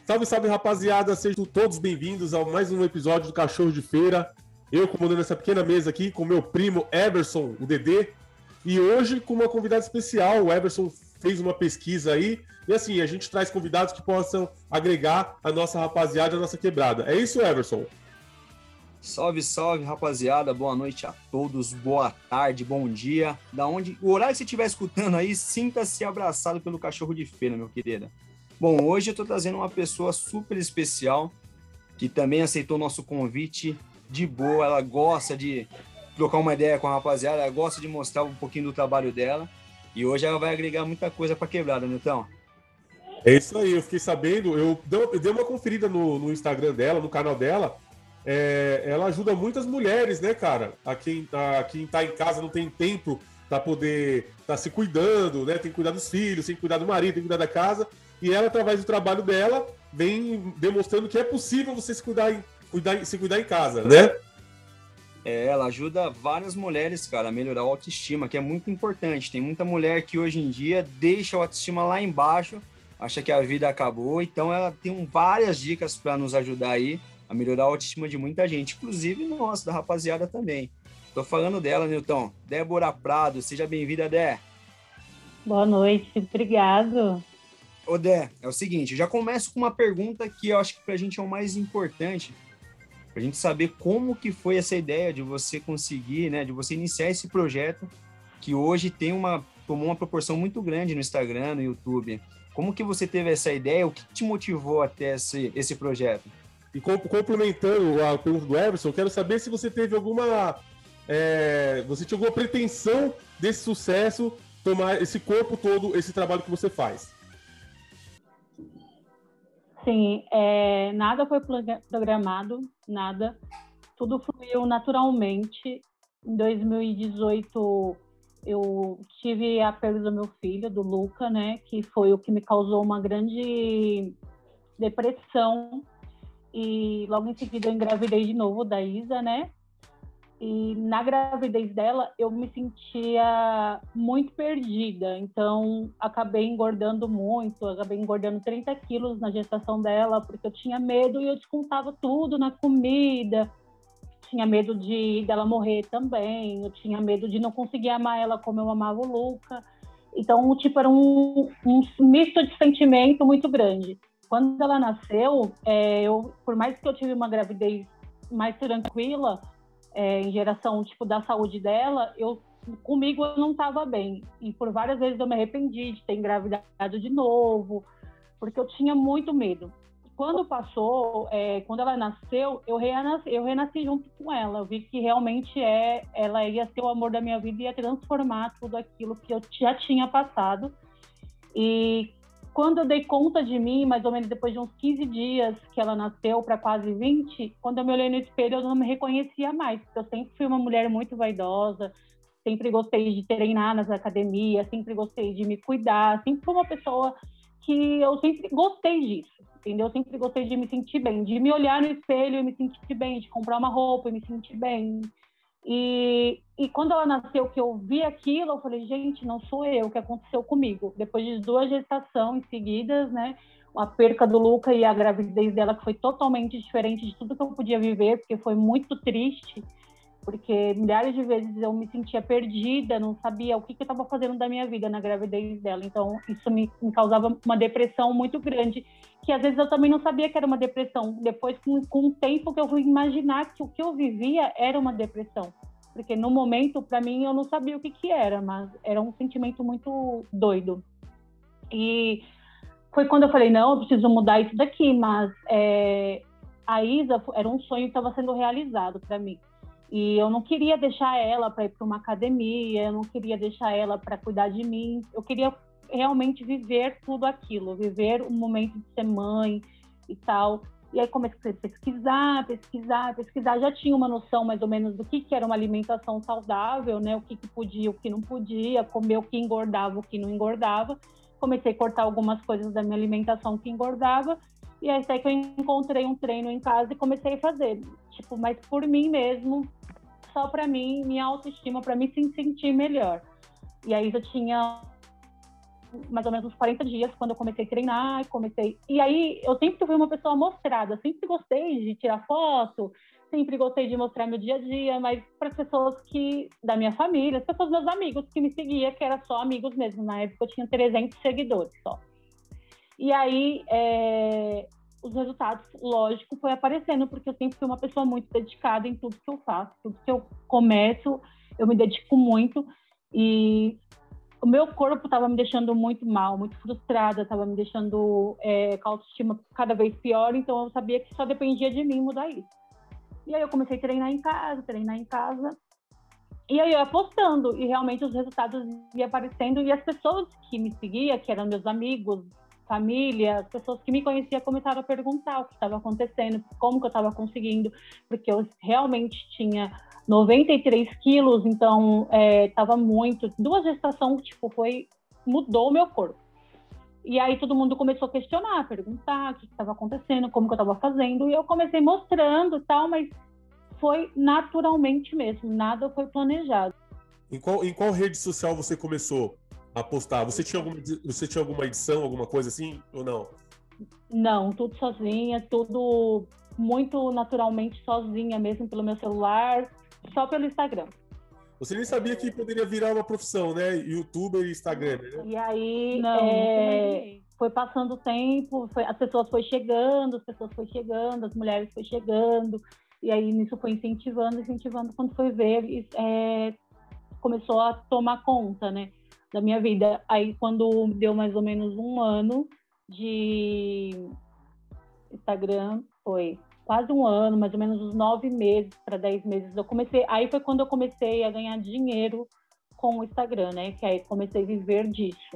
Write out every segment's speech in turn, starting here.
Salve, salve, rapaziada! Sejam todos bem-vindos a mais um episódio do Cachorro de Feira. Eu comandando essa pequena mesa aqui com meu primo Everson, o Dedê. E hoje com uma convidada especial. O Everson fez uma pesquisa aí. E assim, a gente traz convidados que possam agregar a nossa rapaziada, a nossa quebrada. É isso, Everson? Salve, salve, rapaziada. Boa noite a todos. Boa tarde, bom dia. O horário que você estiver escutando aí, sinta-se abraçado pelo Cachorro de Feira, meu querido. Bom, hoje eu tô trazendo uma pessoa super especial que também aceitou nosso convite de boa. Ela gosta de trocar uma ideia com a rapaziada, ela gosta de mostrar um pouquinho do trabalho dela. E hoje ela vai agregar muita coisa pra quebrada, Nilton. É isso aí, eu fiquei sabendo. Eu dei uma conferida no Instagram dela, no canal dela. Ela ajuda muitas mulheres, né, cara? A quem tá em casa não tem tempo para poder estar se cuidando, né? Tem que cuidar dos filhos, tem que cuidar do marido, tem que cuidar da casa. E ela, através do trabalho dela, vem demonstrando que é possível você se cuidar em casa, né? Ela ajuda várias mulheres, cara, a melhorar a autoestima, que é muito importante. Tem muita mulher que hoje em dia deixa a autoestima lá embaixo, acha que a vida acabou. Então ela tem várias dicas para nos ajudar aí a melhorar a autoestima de muita gente, inclusive nossa, da rapaziada também. Tô falando dela, Nilton. Débora Prado, seja bem-vinda, Dé. Boa noite, obrigado. Ô, Dé, é o seguinte, eu já começo com uma pergunta que eu acho que pra gente é o mais importante, pra gente saber como que foi essa ideia de você conseguir, né, de você iniciar esse projeto, que hoje tomou uma proporção muito grande no Instagram, no YouTube. Como que você teve essa ideia? O que te motivou até esse projeto? E complementando a pergunta do Everson, eu quero saber se você teve você tinha alguma pretensão desse sucesso, tomar esse corpo todo, esse trabalho que você faz. Sim, nada foi programado, nada. Tudo fluiu naturalmente. Em 2018, eu tive a perda do meu filho, do Luca, né? Que foi o que me causou uma grande depressão. E logo em seguida eu engravidei de novo da Isa, né? E na gravidez dela eu me sentia muito perdida, então acabei engordando muito, acabei engordando 30 quilos na gestação dela, porque eu tinha medo e eu descontava tudo na comida, tinha medo dela morrer também, eu tinha medo de não conseguir amar ela como eu amava o Luca, então tipo, era um misto de sentimento muito grande. Quando ela nasceu, por mais que eu tive uma gravidez mais tranquila, em geração tipo da saúde dela, comigo eu não estava bem, e por várias vezes eu me arrependi de ter engravidado de novo, porque eu tinha muito medo. Quando passou, quando ela nasceu, eu renasci junto com ela. Eu vi que realmente ela ia ser o amor da minha vida e ia transformar tudo aquilo que eu já tinha passado. E quando eu dei conta de mim, mais ou menos depois de uns 15 dias que ela nasceu, para quase 20, quando eu me olhei no espelho, eu não me reconhecia mais, porque eu sempre fui uma mulher muito vaidosa, sempre gostei de treinar nas academias, sempre gostei de me cuidar, sempre fui uma pessoa que eu sempre gostei disso, entendeu? Eu sempre gostei de me sentir bem, de me olhar no espelho e me sentir bem, de comprar uma roupa e me sentir bem. E quando ela nasceu, que eu vi aquilo, eu falei, gente, não sou eu, o que aconteceu comigo? Depois de 2 gestações seguidas, né, a perca do Luca e a gravidez dela, que foi totalmente diferente de tudo que eu podia viver, porque foi muito triste, porque milhares de vezes eu me sentia perdida, não sabia o que eu estava fazendo da minha vida na gravidez dela. Então, isso me causava uma depressão muito grande, que às vezes eu também não sabia que era uma depressão. Depois, com o tempo que eu fui imaginar que o que eu vivia era uma depressão. Porque no momento, para mim, eu não sabia o que era, mas era um sentimento muito doido. E foi quando eu falei, não, eu preciso mudar isso daqui, mas a Isa era um sonho que estava sendo realizado para mim. E eu não queria deixar ela para ir para uma academia, eu não queria deixar ela para cuidar de mim. Eu queria realmente viver tudo aquilo, viver o momento de ser mãe e tal. E aí comecei a pesquisar. Já tinha uma noção mais ou menos do que era uma alimentação saudável, né? O que podia, o que não podia, comer o que engordava, o que não engordava. Comecei a cortar algumas coisas da minha alimentação que engordava. E aí até que eu encontrei um treino em casa e comecei a fazer. Tipo, mas por mim mesmo, só para mim, minha autoestima, para me sentir melhor. E aí eu tinha mais ou menos uns 40 dias, quando eu comecei a treinar, E aí, eu sempre fui uma pessoa mostrada, sempre gostei de tirar foto, sempre gostei de mostrar meu dia a dia, mas para as pessoas da minha família, as pessoas, meus amigos que me seguiam, que eram só amigos mesmo. Na época eu tinha 300 seguidores só. E aí, os resultados, lógico, foi aparecendo, porque eu sempre fui uma pessoa muito dedicada em tudo que eu faço, tudo que eu começo, eu me dedico muito. E o meu corpo estava me deixando muito mal, muito frustrada, estava me deixando com a autoestima cada vez pior, então eu sabia que só dependia de mim mudar isso. E aí eu comecei a treinar em casa, e aí eu ia postando, e realmente os resultados iam aparecendo, e as pessoas que me seguiam, que eram meus amigos, família, as pessoas que me conheciam começaram a perguntar o que estava acontecendo, como que eu estava conseguindo, porque eu realmente tinha 93 quilos, então estava muito. 2 gestações, mudou o meu corpo. E aí todo mundo começou a questionar, a perguntar o que estava acontecendo, como que eu estava fazendo, e eu comecei mostrando e tal, mas foi naturalmente mesmo, nada foi planejado. Em qual rede social você começou a postar? Você tinha alguma edição, alguma coisa assim, ou não? Não, tudo sozinha, tudo muito naturalmente sozinha mesmo, pelo meu celular, só pelo Instagram. Você nem sabia que poderia virar uma profissão, né? YouTuber e Instagram, né? E aí, foi passando o tempo, as pessoas foram chegando, as mulheres foram chegando, e aí nisso foi incentivando, quando foi ver, começou a tomar conta, né, da minha vida. Aí quando deu mais ou menos 1 ano de Instagram, foi quase 1 ano, mais ou menos uns 9 meses para 10 meses, aí foi quando eu comecei a ganhar dinheiro com o Instagram, né, que aí comecei a viver disso.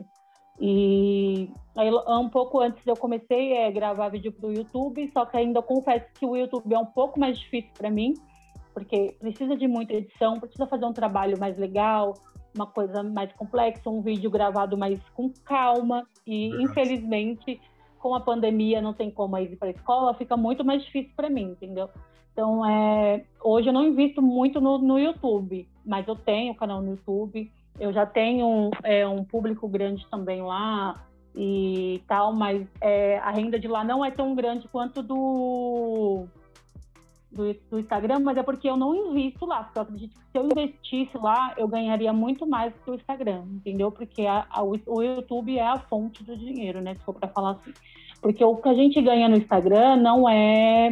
E aí, um pouco antes eu comecei a gravar vídeo para o YouTube, só que ainda confesso que o YouTube é um pouco mais difícil para mim, porque precisa de muita edição, precisa fazer um trabalho mais legal, uma coisa mais complexa, um vídeo gravado mais com calma, e infelizmente com a pandemia não tem como ir para a escola, fica muito mais difícil para mim, entendeu? Então, hoje eu não invisto muito no YouTube, mas eu tenho canal no YouTube, eu já tenho um público grande também lá e tal, mas a renda de lá não é tão grande quanto do Instagram, mas é porque eu não invisto lá, porque eu acredito que se eu investisse lá, eu ganharia muito mais que o Instagram, entendeu? Porque o YouTube é a fonte do dinheiro, né, se for para falar assim. Porque o que a gente ganha no Instagram não é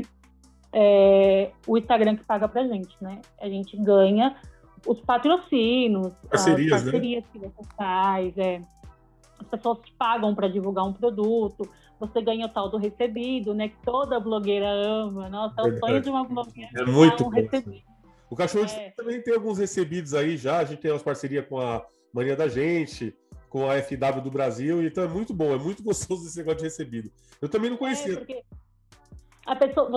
o Instagram que paga pra gente, né? A gente ganha os patrocínios, Parcerias, as parcerias, né, que você faz, as pessoas te pagam para divulgar um produto, você ganha o tal do recebido, né? Que toda blogueira ama. Nossa, é o sonho de uma blogueira. É muito bom. Recebido. O Cachorro também tem alguns recebidos aí já. A gente tem umas parcerias com a Mania da Gente, com a FW do Brasil, então é muito bom, é muito gostoso esse negócio de recebido. Eu também não conhecia. Porque a pessoa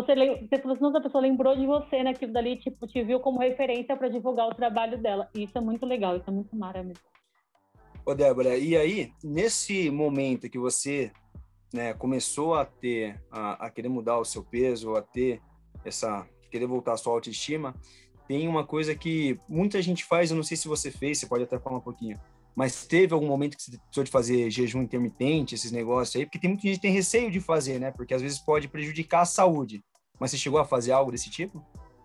lembrou de você naquilo dali, tipo, te viu como referência para divulgar o trabalho dela. E isso é muito legal, isso é muito maravilhoso. Ô, Débora, e aí, nesse momento que você, né, começou a ter, a querer mudar o seu peso, a ter querer voltar a sua autoestima, tem uma coisa que muita gente faz, eu não sei se você fez, você pode até falar um pouquinho, mas teve algum momento que você precisou de fazer jejum intermitente, esses negócios aí? Porque tem muita gente que tem receio de fazer, né? Porque às vezes pode prejudicar a saúde. Mas você chegou a fazer algo desse tipo?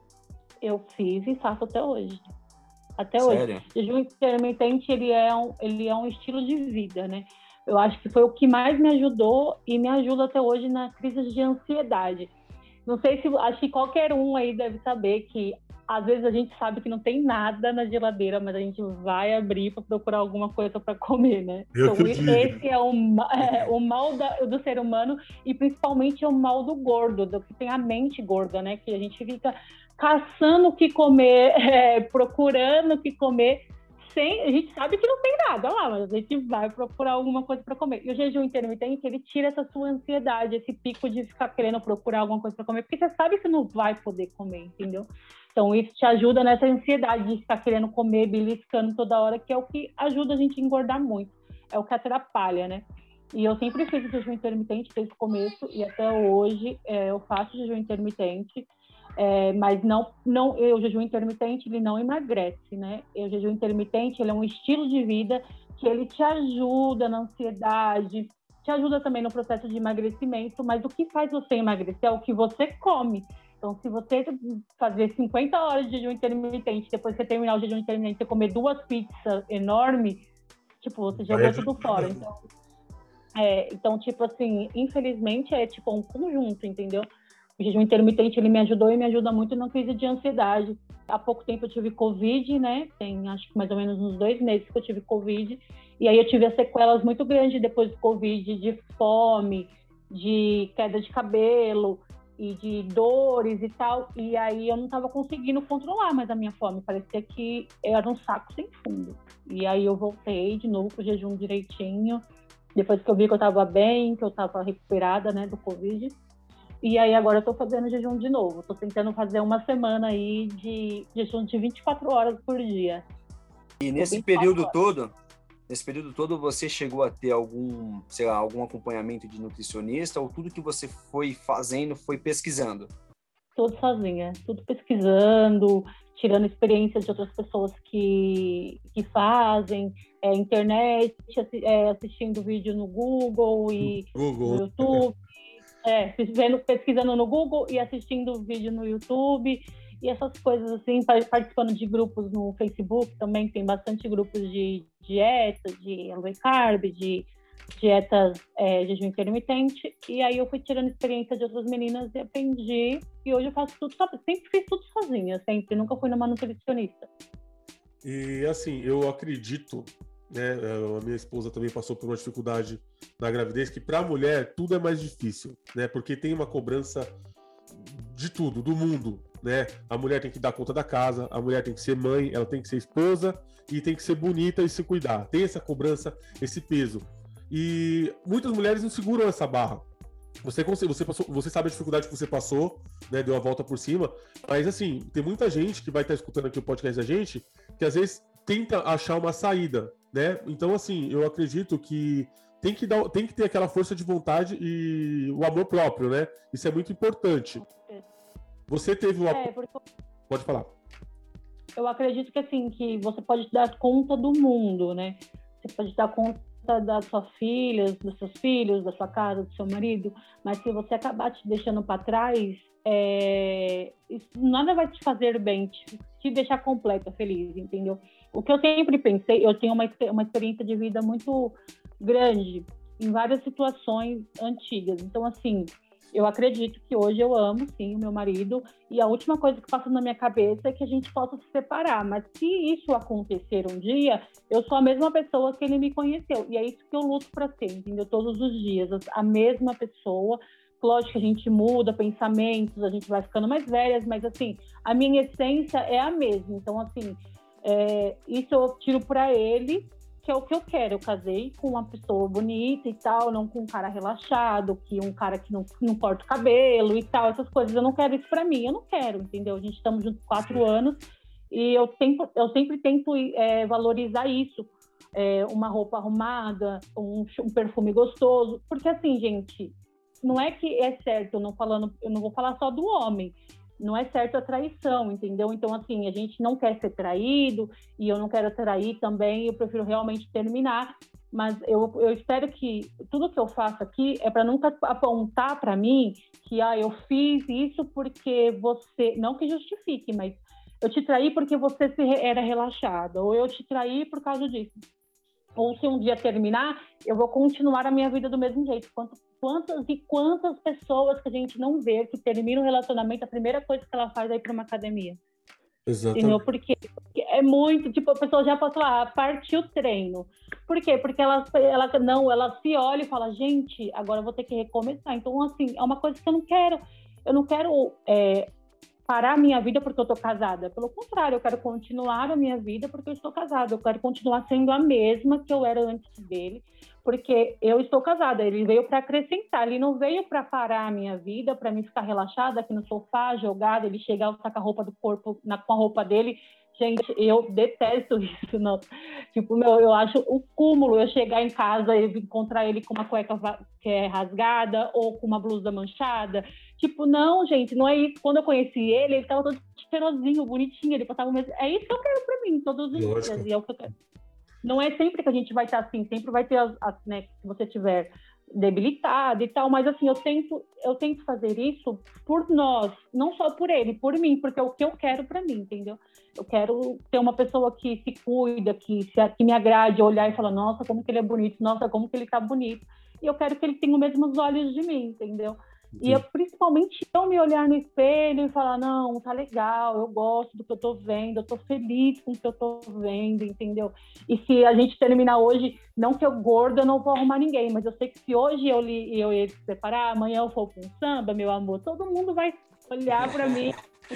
Eu fiz e faço até hoje. Sério? Hoje. Jejum intermitente, ele é um estilo de vida, né? Eu acho que foi o que mais me ajudou e me ajuda até hoje na crise de ansiedade. Não sei se... Acho que qualquer um aí deve saber que às vezes a gente sabe que não tem nada na geladeira, mas a gente vai abrir para procurar alguma coisa para comer, né? Então, esse é o mal do ser humano e principalmente é o mal do gordo, do que tem a mente gorda, né? Que a gente fica caçando o que comer, procurando o que comer, a gente sabe que não tem nada lá, mas a gente vai procurar alguma coisa para comer. E o jejum intermitente, ele tira essa sua ansiedade, esse pico de ficar querendo procurar alguma coisa para comer, porque você sabe que não vai poder comer, entendeu? Então, isso te ajuda nessa ansiedade de ficar querendo comer, beliscando toda hora, que é o que ajuda a gente a engordar muito. É o que atrapalha, né? E eu sempre fiz o jejum intermitente desde o começo, e até hoje eu faço jejum intermitente. Mas o jejum intermitente, ele não emagrece, né? O jejum intermitente, ele é um estilo de vida que ele te ajuda na ansiedade, te ajuda também no processo de emagrecimento, mas o que faz você emagrecer é o que você come. Então, se você fazer 50 horas de jejum intermitente, depois que você terminar o jejum intermitente, você comer 2 pizzas enormes, tipo, você jogou tudo fora. Então, tipo assim, infelizmente é tipo um conjunto, entendeu? O jejum intermitente, ele me ajudou e me ajuda muito na crise de ansiedade. Há pouco tempo eu tive Covid, né? Tem acho que mais ou menos uns 2 meses que eu tive Covid. E aí eu tive as sequelas muito grandes depois do Covid, de fome, de queda de cabelo e de dores e tal. E aí eu não estava conseguindo controlar mais a minha fome. Parecia que era um saco sem fundo. E aí eu voltei de novo pro jejum direitinho. Depois que eu vi que eu estava bem, que eu estava recuperada, né, do Covid. E aí agora eu tô fazendo jejum de novo. Tô tentando fazer uma semana aí de jejum de 24 horas por dia. E nesse período todo, você chegou a ter algum acompanhamento de nutricionista, ou tudo que você foi fazendo foi pesquisando? Tudo sozinha, tudo pesquisando, tirando experiências de outras pessoas que fazem, internet, assistindo vídeo no Google e no YouTube. Pesquisando no Google e assistindo vídeo no YouTube e essas coisas assim, participando de grupos no Facebook também, tem bastante grupos de dieta, de low carb, de dietas jejum intermitente, e aí eu fui tirando experiência de outras meninas e aprendi, e hoje eu faço tudo, sempre fiz tudo sozinha, nunca fui numa nutricionista. E assim, eu acredito, né, a minha esposa também passou por uma dificuldade na gravidez, que para a mulher tudo é mais difícil, né, porque tem uma cobrança de tudo, do mundo, né, a mulher tem que dar conta da casa, a mulher tem que ser mãe, ela tem que ser esposa e tem que ser bonita e se cuidar, tem essa cobrança, esse peso, e muitas mulheres não seguram essa barra. Você sabe a dificuldade que você passou, né, deu a volta por cima, mas assim, tem muita gente que vai estar escutando aqui o podcast da gente, que às vezes tenta achar uma saída, né? Então, assim, eu acredito que tem que ter aquela força de vontade e o amor próprio, né? Isso é muito importante. Você teve uma... Pode falar. Eu acredito que, assim, que você pode dar conta do mundo, né? Você pode dar conta das suas filhas, dos seus filhos, da sua casa, do seu marido, mas se você acabar te deixando para trás, isso, nada vai te fazer bem, te deixar completa, feliz, entendeu? O que eu sempre pensei, eu tenho uma experiência de vida muito grande em várias situações antigas, então assim, eu acredito que hoje eu amo, sim, o meu marido, e a última coisa que passa na minha cabeça é que a gente possa se separar, mas se isso acontecer um dia, eu sou a mesma pessoa que ele me conheceu, e é isso que eu luto para ser, entendeu? Todos os dias, a mesma pessoa. Lógico que a gente muda pensamentos, a gente vai ficando mais velhas, mas assim, a minha essência é a mesma, então assim, isso eu tiro para ele, que é o que eu quero. Eu casei com uma pessoa bonita e tal, não com um cara relaxado, um cara que não corta o cabelo e tal, essas coisas. Eu não quero isso pra mim, eu não quero, entendeu? A gente estamos juntos 4 anos e eu sempre tento valorizar isso. Uma roupa arrumada, um perfume gostoso, porque assim, gente, não é que é certo, eu não vou falar só do homem, não é certo a traição, entendeu? Então, assim, a gente não quer ser traído e eu não quero trair também, eu prefiro realmente terminar, mas eu espero que tudo que eu faço aqui é para nunca apontar para mim que eu fiz isso porque você, não que justifique, mas eu te traí porque você era relaxada, ou eu te traí por causa disso. Ou se um dia terminar, eu vou continuar a minha vida do mesmo jeito. Quantas pessoas que a gente não vê que termina um relacionamento, a primeira coisa que ela faz é ir para uma academia. Exatamente. Porque é muito, tipo, a pessoa já pode falar, partiu o treino. Por quê? Porque ela se olha e fala, gente, agora eu vou ter que recomeçar. Então, assim, é uma coisa que eu não quero. Eu não quero parar a minha vida porque eu tô casada. Pelo contrário, eu quero continuar a minha vida porque eu estou casada. Eu quero continuar sendo a mesma que eu era antes dele, porque eu estou casada. Ele veio para acrescentar, ele não veio para parar a minha vida, para mim ficar relaxada aqui no sofá, jogada, ele chegar, sacar a roupa do corpo com a roupa dele, Gente, eu detesto isso, não. Tipo, eu acho o cúmulo eu chegar em casa e encontrar ele com uma cueca que é rasgada ou com uma blusa manchada. Tipo, não, gente, não é isso. Quando eu conheci ele tava todo cheirosinho, bonitinho, ele passava o mesmo. É isso que eu quero pra mim, todos os dias. E é o que eu quero. Não é sempre que a gente vai estar assim, sempre vai ter né, se você tiver debilitado e tal, mas assim, eu tento fazer isso por nós, não só por ele, por mim, porque é o que eu quero para mim, entendeu? Eu quero ter uma pessoa que se cuida, que me agrade, olhar e falar, nossa, como que ele é bonito, nossa, como que ele tá bonito. E eu quero que ele tenha os mesmos olhos de mim, entendeu? E principalmente eu me olhar no espelho e falar, não, tá legal, eu gosto do que eu tô vendo, eu tô feliz com o que eu tô vendo, entendeu? E se a gente terminar hoje, não que eu gorda, eu não vou arrumar ninguém, mas eu sei que se hoje eu ia se separar, amanhã eu for pra um samba, meu amor, todo mundo vai olhar pra mim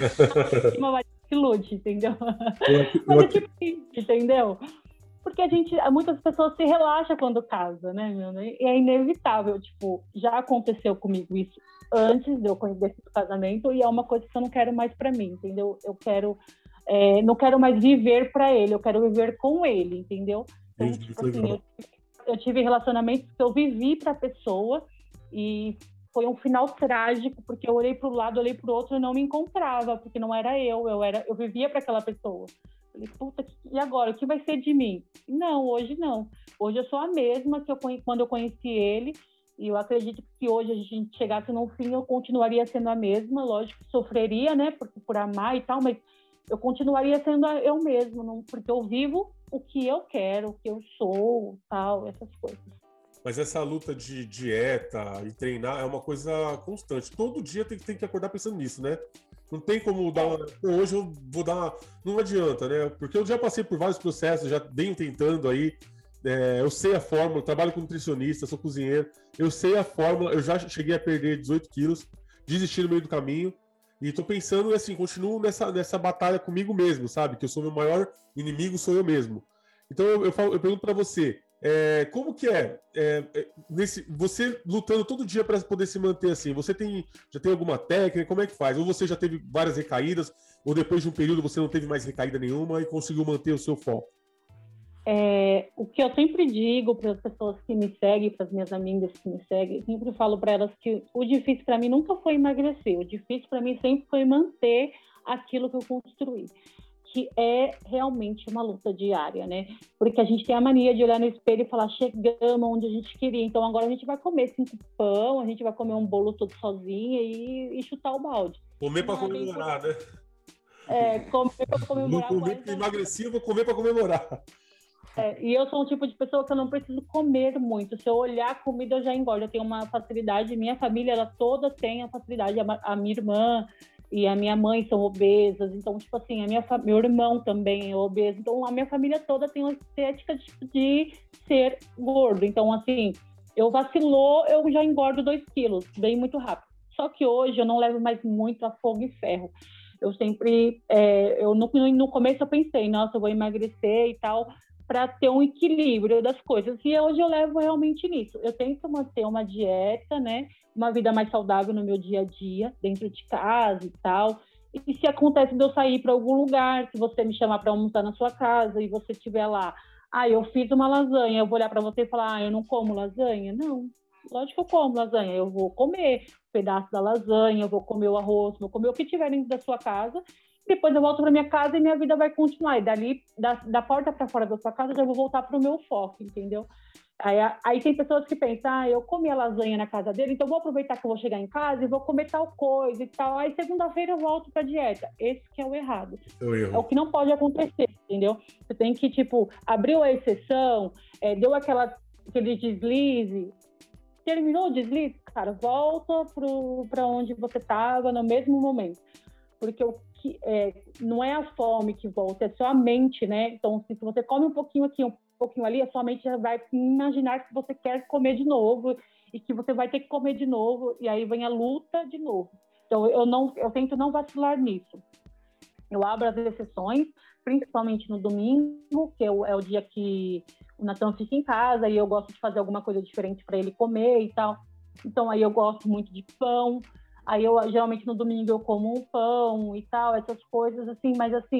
e vai se lute, entendeu? Mas é tipo isso, entendeu? Porque muitas pessoas se relaxam quando casa, né, meu? E é inevitável, tipo, já aconteceu comigo isso antes de eu conhecer esse casamento e é uma coisa que eu não quero mais pra mim, entendeu? Eu quero, não quero mais viver pra ele, eu quero viver com ele, entendeu? Então, tipo assim, eu tive relacionamentos que eu vivi pra pessoa e foi um final trágico, porque eu olhei pro lado, olhei pro outro e não me encontrava, porque não era eu vivia pra aquela pessoa. Falei, puta, e agora? O que vai ser de mim? Não, hoje não. Hoje eu sou a mesma que quando eu conheci ele, e eu acredito que se hoje a gente chegasse no fim, eu continuaria sendo a mesma, lógico que sofreria, né, por amar e tal, mas eu continuaria sendo eu mesma, não, porque eu vivo o que eu quero, o que eu sou, tal, essas coisas. Mas essa luta de dieta e treinar é uma coisa constante. Todo dia tem que acordar pensando nisso, né? Não tem como dar uma... Hoje eu vou dar uma... Não adianta, né? Porque eu já passei por vários processos, já venho tentando aí. Eu sei a fórmula, trabalho com nutricionista, sou cozinheiro. Eu sei a fórmula, eu já cheguei a perder 18 quilos, desisti no meio do caminho. E tô pensando, assim, continuo nessa batalha comigo mesmo, sabe? Que eu sou meu maior inimigo, sou eu mesmo. Então eu pergunto pra você, como que você lutando todo dia para poder se manter assim? Você já tem alguma técnica? Como é que faz? Ou você já teve várias recaídas, ou depois de um período você não teve mais recaída nenhuma e conseguiu manter o seu foco? O que eu sempre digo para as pessoas que me seguem, para as minhas amigas que me seguem, sempre falo para elas que o difícil para mim nunca foi emagrecer, o difícil para mim sempre foi manter aquilo que eu construí, que é realmente uma luta diária, né? Porque a gente tem a mania de olhar no espelho e falar, chegamos onde a gente queria, então agora a gente vai comer 5 pão, a gente vai comer um bolo todo sozinha e chutar o balde. Comer para comemorar, né? Comer para comemorar. Não comer porque emagreci, eu vou comer para comemorar. E eu sou um tipo de pessoa que eu não preciso comer muito. Se eu olhar a comida, eu já engordo. Eu tenho uma facilidade. Minha família, ela toda tem a facilidade. A minha irmã e a minha mãe são obesas. Então, tipo assim, meu irmão também é obeso. Então, a minha família toda tem uma estética de ser gordo. Então, assim, eu vacilou, eu já engordo 2 quilos, bem muito rápido. Só que hoje eu não levo mais muito a fogo e ferro. Eu sempre... no começo eu pensei, nossa, eu vou emagrecer e tal, para ter um equilíbrio das coisas. E hoje eu levo realmente nisso. Eu tento manter uma dieta, né? Uma vida mais saudável no meu dia a dia, dentro de casa e tal. E se acontece de eu sair para algum lugar, se você me chamar para almoçar na sua casa e você estiver lá, eu fiz uma lasanha, eu vou olhar para você e falar, eu não como lasanha? Não, lógico que eu como lasanha. Eu vou comer um pedaço da lasanha, eu vou comer o arroz, vou comer o que tiver dentro da sua casa. Depois eu volto para minha casa e minha vida vai continuar. E dali, da porta para fora da sua casa, eu já vou voltar para o meu foco, entendeu? Aí tem pessoas que pensam, eu comi a lasanha na casa dele, então vou aproveitar que eu vou chegar em casa e vou comer tal coisa e tal. Aí segunda-feira eu volto para dieta. Esse que é o errado. É o que não pode acontecer, entendeu? Você tem que, tipo, abriu a exceção, deu aquele deslize, terminou o deslize, cara, volta para onde você estava no mesmo momento. Porque não é a fome que volta, é só a mente, né? Então, se você come um pouquinho aqui, um pouquinho ali, a sua mente já vai imaginar que você quer comer de novo e que você vai ter que comer de novo, e aí vem a luta de novo. Então, eu tento não vacilar nisso. Eu abro as exceções, principalmente no domingo, que é o dia que o Natan fica em casa e eu gosto de fazer alguma coisa diferente para ele comer e tal. Então, aí eu gosto muito de pão. Aí geralmente no domingo eu como um pão e tal, essas coisas assim, mas assim,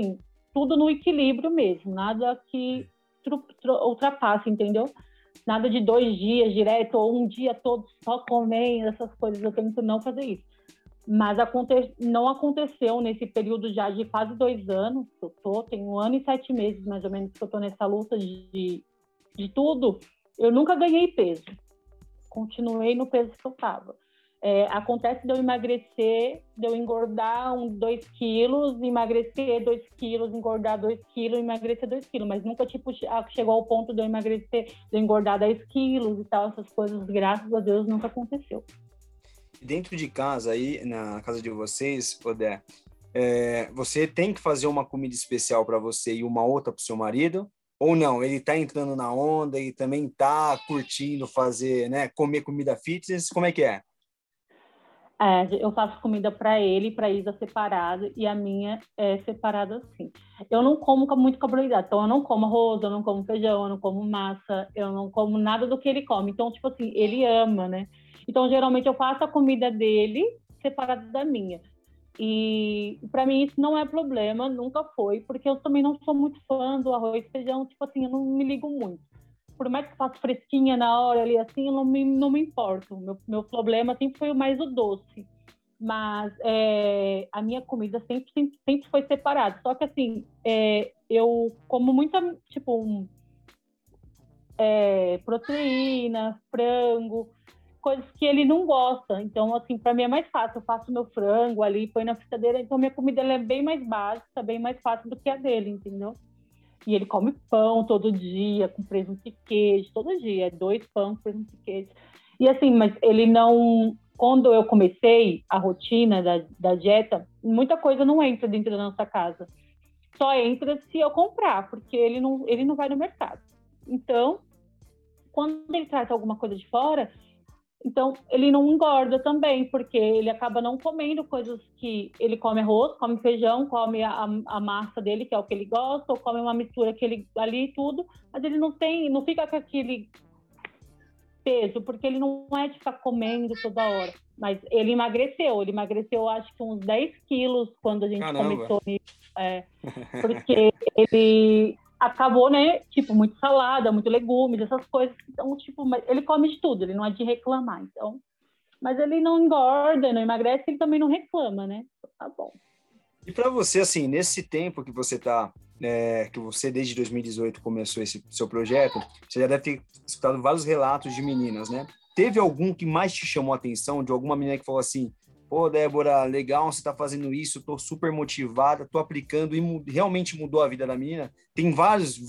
tudo no equilíbrio mesmo, nada que ultrapasse, entendeu? Nada de 2 dias direto ou um dia todo só comendo, essas coisas, eu tento não fazer isso. Mas não aconteceu nesse período já de quase 2 anos que eu tem 1 ano e 7 meses, mais ou menos, que eu estou nessa luta de tudo. Eu nunca ganhei peso. Continuei no peso que eu estava. Acontece de eu emagrecer, de eu engordar 2 quilos, emagrecer 2 quilos, engordar 2 quilos, emagrecer 2 quilos, mas nunca chegou ao ponto de eu emagrecer, de eu engordar 10 quilos e tal, essas coisas, graças a Deus, nunca aconteceu. Dentro de casa, aí, na casa de vocês, Odé, você tem que fazer uma comida especial para você e uma outra para o seu marido? Ou não? Ele tá entrando na onda e também tá curtindo fazer, né, comer comida fitness? Como é que é? Eu faço comida para ele e para Isa separada, e a minha é separada assim. Eu não como com muito carboidrato, então eu não como arroz, eu não como feijão, eu não como massa, eu não como nada do que ele come. Então, tipo assim, ele ama, né? Então, geralmente eu faço a comida dele separada da minha. E para mim isso não é problema, nunca foi, porque eu também não sou muito fã do arroz e feijão, tipo assim, eu não me ligo muito. Por mais que eu faça fresquinha na hora ali, assim, eu não me importo. Meu problema sempre foi mais o doce. Mas a minha comida sempre foi separada. Só que, assim, eu como muita, tipo, proteína, frango, coisas que ele não gosta. Então, assim, para mim é mais fácil. Eu faço meu frango ali, põe na fritadeira. Então, minha comida ela é bem mais básica, bem mais fácil do que a dele, entendeu? E ele come pão todo dia, com presunto e queijo, todo dia. 2 pães com presunto e queijo. E assim, mas ele não... Quando eu comecei a rotina da dieta, muita coisa não entra dentro da nossa casa. Só entra se eu comprar, porque ele não vai no mercado. Então, quando ele traz alguma coisa de fora, então ele não engorda também, porque ele acaba não comendo coisas que ele come arroz, come feijão, come a massa dele, que é o que ele gosta, ou come uma mistura que ele ali e tudo, mas ele não fica com aquele peso, porque ele não é de ficar comendo toda hora. Mas ele emagreceu acho que uns 10 quilos quando a gente começou isso, porque ele acabou, né, tipo, muito salada, muito legumes, essas coisas, então, tipo, ele come de tudo, ele não é de reclamar, então, mas ele não engorda, não emagrece, ele também não reclama, né, então, tá bom. E para você, assim, nesse tempo que você tá, que você desde 2018 começou esse seu projeto, você já deve ter escutado vários relatos de meninas, né? Teve algum que mais te chamou a atenção, de alguma menina que falou assim, pô, Débora, legal, você tá fazendo isso, tô super motivada, tô aplicando e realmente mudou a vida da menina? Tem vários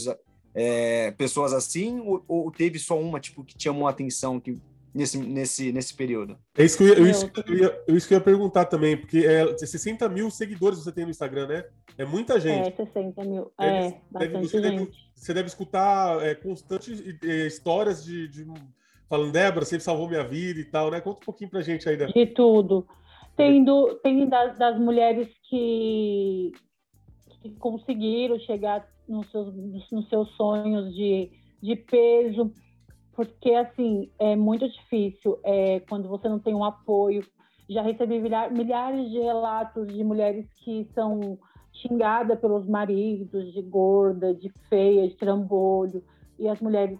pessoas assim, ou teve só uma, tipo, que te chamou a atenção que, nesse período? É isso que eu ia perguntar também, porque 60 mil seguidores você tem no Instagram, né? É muita gente. 60 mil, bastante gente. Você deve escutar constantes histórias falando, Débora, você salvou minha vida e tal, né? Conta um pouquinho pra gente aí. De tudo. Tem das mulheres que conseguiram chegar nos seus sonhos de peso, porque, assim, é muito difícil quando você não tem um apoio. Já recebi milhares de relatos de mulheres que são xingadas pelos maridos de gorda, de feia, de trambolho, e as mulheres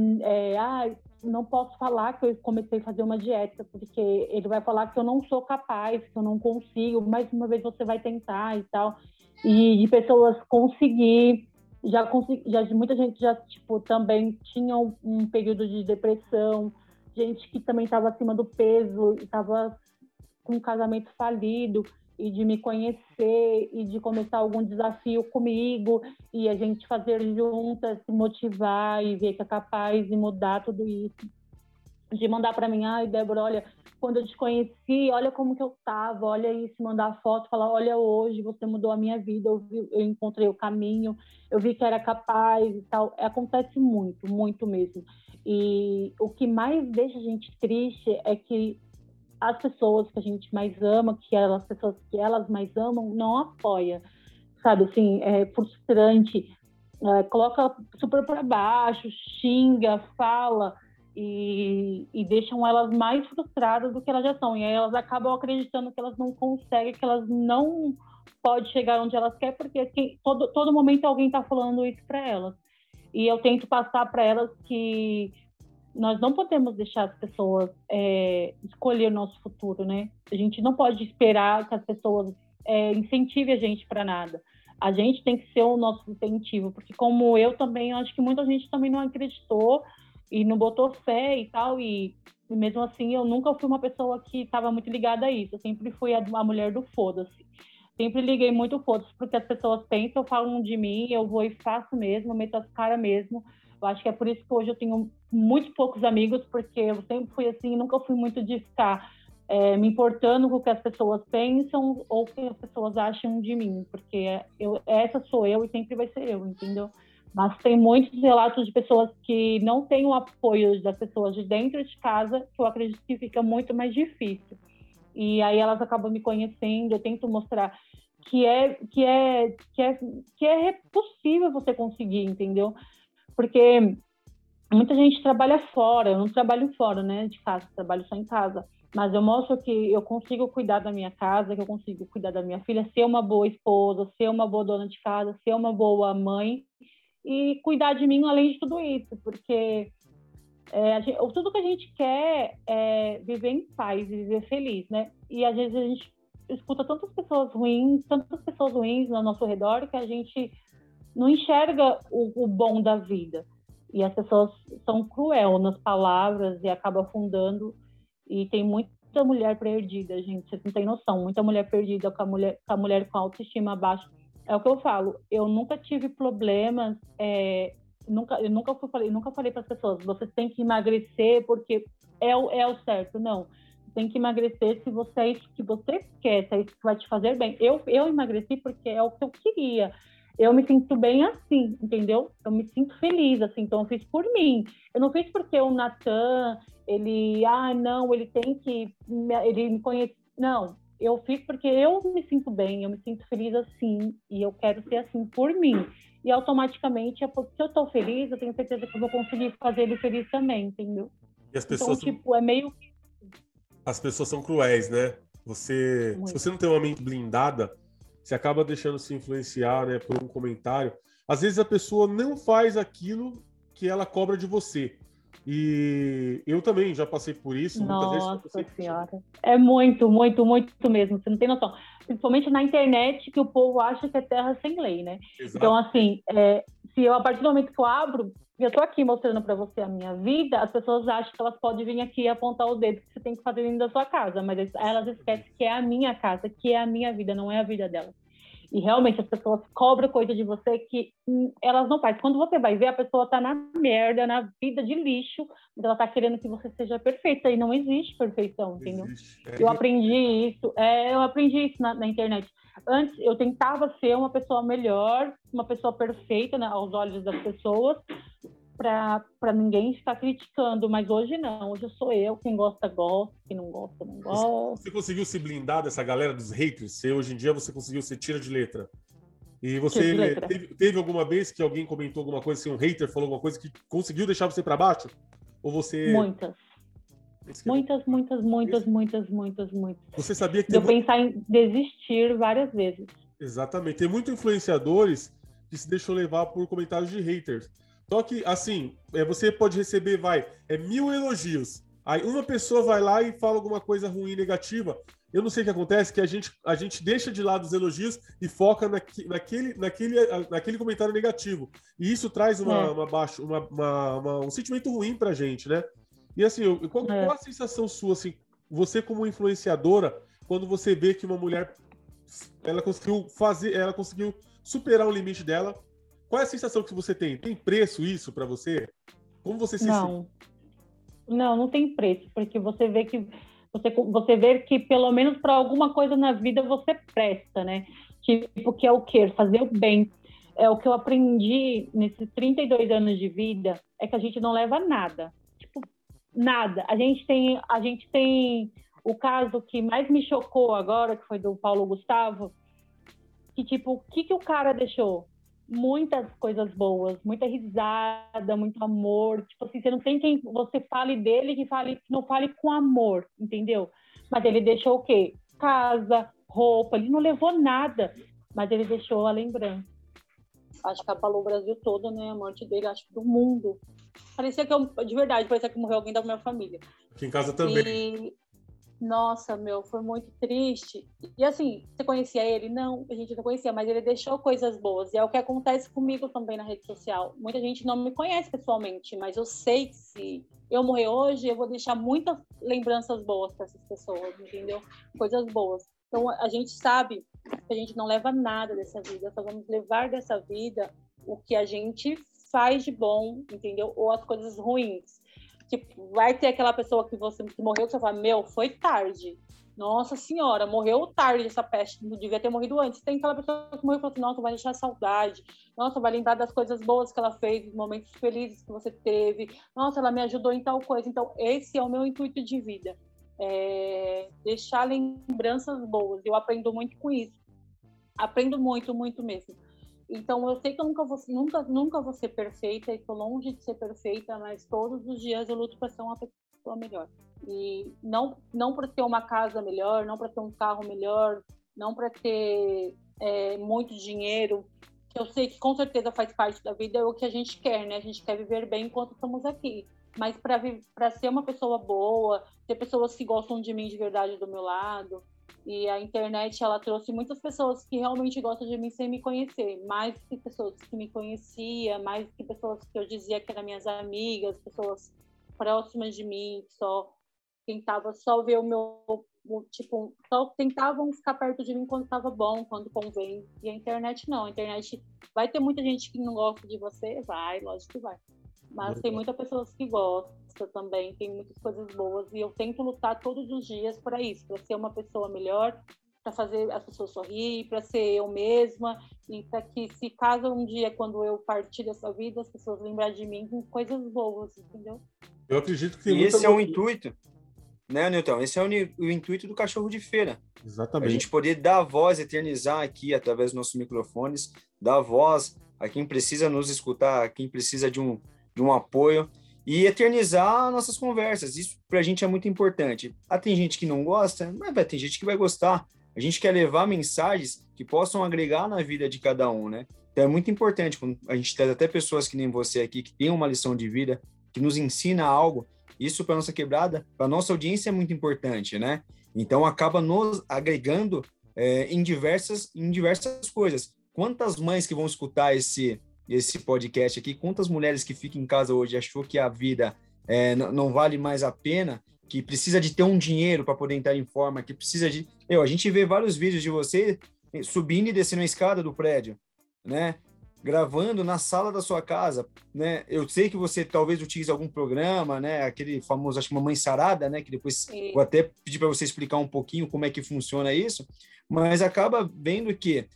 não posso falar que eu comecei a fazer uma dieta, porque ele vai falar que eu não sou capaz, que eu não consigo, mais uma vez você vai tentar e tal. E de pessoas conseguir, muita gente já, tipo, também tinha um período de depressão, gente que também estava acima do peso, estava com um casamento falido, e de me conhecer e de começar algum desafio comigo e a gente fazer juntas, se motivar e ver que é capaz de mudar tudo isso. De mandar para mim, ai, Débora, olha, quando eu te conheci, olha como que eu tava, olha isso, mandar foto, falar, olha, hoje você mudou a minha vida, eu encontrei o caminho, eu vi que era capaz e tal. Acontece muito, muito mesmo. E o que mais deixa a gente triste é que as pessoas que a gente mais ama, as pessoas que elas mais amam, não apoia, sabe? Assim, é frustrante, coloca super para baixo, xinga, fala e deixam elas mais frustradas do que elas já são. E aí elas acabam acreditando que elas não conseguem, que elas não pode chegar onde elas querem, porque todo momento alguém está falando isso para elas. E eu tento passar para elas que nós não podemos deixar as pessoas escolher o nosso futuro, né? A gente não pode esperar que as pessoas incentivem a gente para nada. A gente tem que ser o nosso incentivo, porque como eu também, acho que muita gente também não acreditou e não botou fé e tal, e mesmo assim eu nunca fui uma pessoa que estava muito ligada a isso. Eu sempre fui a mulher do foda-se. Sempre liguei muito foda-se, porque as pessoas pensam, falam de mim, eu vou e faço mesmo, eu meto as caras mesmo. Eu acho que é por isso que hoje eu tenho muito poucos amigos, porque eu sempre fui assim, nunca fui muito de ficar me importando com o que as pessoas pensam ou o que as pessoas acham de mim, porque essa sou eu e sempre vai ser eu, entendeu? Mas tem muitos relatos de pessoas que não têm o apoio das pessoas de dentro de casa, que eu acredito que fica muito mais difícil. E aí elas acabam me conhecendo, eu tento mostrar que é possível você conseguir, entendeu? Porque muita gente trabalha fora, eu não trabalho fora, né, de casa, trabalho só em casa. Mas eu mostro que eu consigo cuidar da minha casa, que eu consigo cuidar da minha filha, ser uma boa esposa, ser uma boa dona de casa, ser uma boa mãe e cuidar de mim além de tudo isso, porque tudo que a gente quer é viver em paz e viver feliz, né? E às vezes a gente escuta tantas pessoas ruins ao nosso redor que a gente não enxerga o bom da vida. E as pessoas são cruel nas palavras e acabam afundando. E tem muita mulher perdida, gente. Vocês não têm noção. Muita mulher perdida com a mulher com autoestima baixa. É o que eu falo. Eu nunca tive problemas. Eu nunca falei para as pessoas: você tem que emagrecer porque é o certo. Não. Tem que emagrecer se você é isso que você quer, se é isso que vai te fazer bem. Eu emagreci porque é o que eu queria. Eu me sinto bem assim, entendeu? Eu me sinto feliz, assim, então eu fiz por mim. Eu não fiz porque o Natan, ele me conhece. Não, eu fiz porque eu me sinto bem, eu me sinto feliz assim, e eu quero ser assim por mim. E automaticamente, se eu tô feliz, eu tenho certeza que eu vou conseguir fazer ele feliz também, entendeu? E as pessoas então, é meio... As pessoas são cruéis, né? Se você não tem uma mente blindada, você acaba deixando se influenciar, né, por um comentário. Às vezes a pessoa não faz aquilo que ela cobra de você. E eu também já passei por isso. Nossa Senhora. É muito, muito, muito mesmo. Você não tem noção. Principalmente na internet, que o povo acha que é terra sem lei, né? Exato. Então, assim, a partir do momento que eu abro, eu tô aqui mostrando para você a minha vida, as pessoas acham que elas podem vir aqui e apontar o dedo que você tem que fazer dentro da sua casa, mas elas esquecem que é a minha casa, que é a minha vida, não é a vida delas. E realmente as pessoas cobram coisa de você que elas não fazem. Quando você vai ver, a pessoa tá na merda, na vida de lixo, mas ela tá querendo que você seja perfeita. E não existe perfeição, entendeu? Eu aprendi isso na internet. Antes, eu tentava ser uma pessoa melhor, uma pessoa perfeita, né, aos olhos das pessoas, para ninguém ficar criticando, mas hoje não, hoje eu sou eu, quem gosta, quem não gosta, não gosta. Você conseguiu se blindar dessa galera dos haters? Hoje em dia você conseguiu ser tira de letra. E você teve alguma vez que alguém comentou alguma coisa, assim, um hater falou alguma coisa que conseguiu deixar você para baixo? Ou você... Muitas. Você sabia que... Eu pensar em desistir várias vezes. Exatamente. Tem muitos influenciadores que se deixam levar por comentários de haters. Só que, assim, você pode receber, 1000 elogios. Aí uma pessoa vai lá e fala alguma coisa ruim, negativa. Eu não sei o que acontece, que a gente deixa de lado os elogios e foca naquele comentário negativo. E isso traz um sentimento ruim pra gente, né? E assim, qual a sensação sua, assim, você como influenciadora, quando você vê que uma mulher, ela conseguiu superar o limite dela? Qual é a sensação que você tem? Tem preço isso pra você? Como você se sente? Não tem preço, porque você vê que pelo menos para alguma coisa na vida você presta, né? Tipo, que é o quê? Fazer o bem. É o que eu aprendi nesses 32 anos de vida, é que a gente não leva nada. Tipo, nada. A gente tem o caso que mais me chocou agora, que foi do Paulo Gustavo, que tipo, o que o cara deixou? Muitas coisas boas, muita risada, muito amor. Tipo assim, você não tem quem você fale dele que não fale com amor, entendeu? Mas ele deixou o quê? Casa, roupa, ele não levou nada, mas ele deixou a lembrança. Acho que abalou o Brasil todo, né? A morte dele, acho que do mundo. Parecia que de verdade, parecia que morreu alguém da minha família. Aqui em casa também. E, nossa, foi muito triste. E assim, você conhecia ele? Não, a gente não conhecia, mas ele deixou coisas boas. E é o que acontece comigo também na rede social. Muita gente não me conhece pessoalmente, mas eu sei que se eu morrer hoje, eu vou deixar muitas lembranças boas para essas pessoas, entendeu? Coisas boas. Então, a gente sabe que a gente não leva nada dessa vida, só vamos levar dessa vida o que a gente faz de bom, entendeu? Ou as coisas ruins. Tipo, vai ter aquela pessoa que morreu, que você fala, foi tarde. Nossa senhora, morreu tarde essa peste, não devia ter morrido antes. Tem aquela pessoa que morreu e fala assim, nossa, vai deixar saudade. Nossa, vai lembrar das coisas boas que ela fez, dos momentos felizes que você teve. Nossa, ela me ajudou em tal coisa. Então, esse é o meu intuito de vida. Deixar lembranças boas. Eu aprendo muito com isso. Aprendo muito, muito mesmo. Então, eu sei que eu nunca vou ser perfeita e estou longe de ser perfeita, mas todos os dias eu luto para ser uma pessoa melhor. E não para ter uma casa melhor, não para ter um carro melhor, não para ter muito dinheiro, que eu sei que com certeza faz parte da vida, é o que a gente quer, né? A gente quer viver bem enquanto estamos aqui. Mas para ser uma pessoa boa, ter pessoas que gostam de mim de verdade do meu lado. E a internet, ela trouxe muitas pessoas que realmente gostam de mim sem me conhecer. Mais que pessoas que me conheciam, mais que pessoas que eu dizia que eram minhas amigas, pessoas próximas de mim, que só tentavam só ver só tentavam ficar perto de mim quando estava bom, quando convém. E a internet não. A internet vai ter muita gente que não gosta de você? Vai, lógico que vai. Mas tem muitas pessoas que gostam também, tem muitas coisas boas, e eu tento lutar todos os dias para isso, para ser uma pessoa melhor, para fazer as pessoas sorrir, para ser eu mesma, e para que, se caso um dia, quando eu partir dessa vida, as pessoas lembrarem de mim com coisas boas, entendeu? Eu acredito que tem muita... esse é o intuito, né, Newton? Esse é o intuito do Cachorro de Feira. Exatamente. A gente poder dar voz, eternizar aqui, através dos nossos microfones, dar voz a quem precisa nos escutar, a quem precisa de um apoio, e eternizar nossas conversas. Isso pra gente é muito importante. Tem gente que não gosta, mas vai ter gente que vai gostar. A gente quer levar mensagens que possam agregar na vida de cada um, né? Então é muito importante, quando a gente traz até pessoas que nem você aqui, que tem uma lição de vida, que nos ensina algo. Isso para nossa quebrada, para nossa audiência é muito importante, né? Então acaba nos agregando em diversas coisas. Quantas mães que vão escutar esse podcast aqui, quantas mulheres que ficam em casa hoje achou que a vida não vale mais a pena, que precisa de ter um dinheiro para poder entrar em forma, que precisa de... a gente vê vários vídeos de você subindo e descendo a escada do prédio, né? Gravando na sala da sua casa, né? Eu sei que você talvez utilize algum programa, né? Aquele famoso, acho que Mamãe Sarada, né? Que depois vou até pedir para você explicar um pouquinho como é que funciona isso, mas acaba vendo que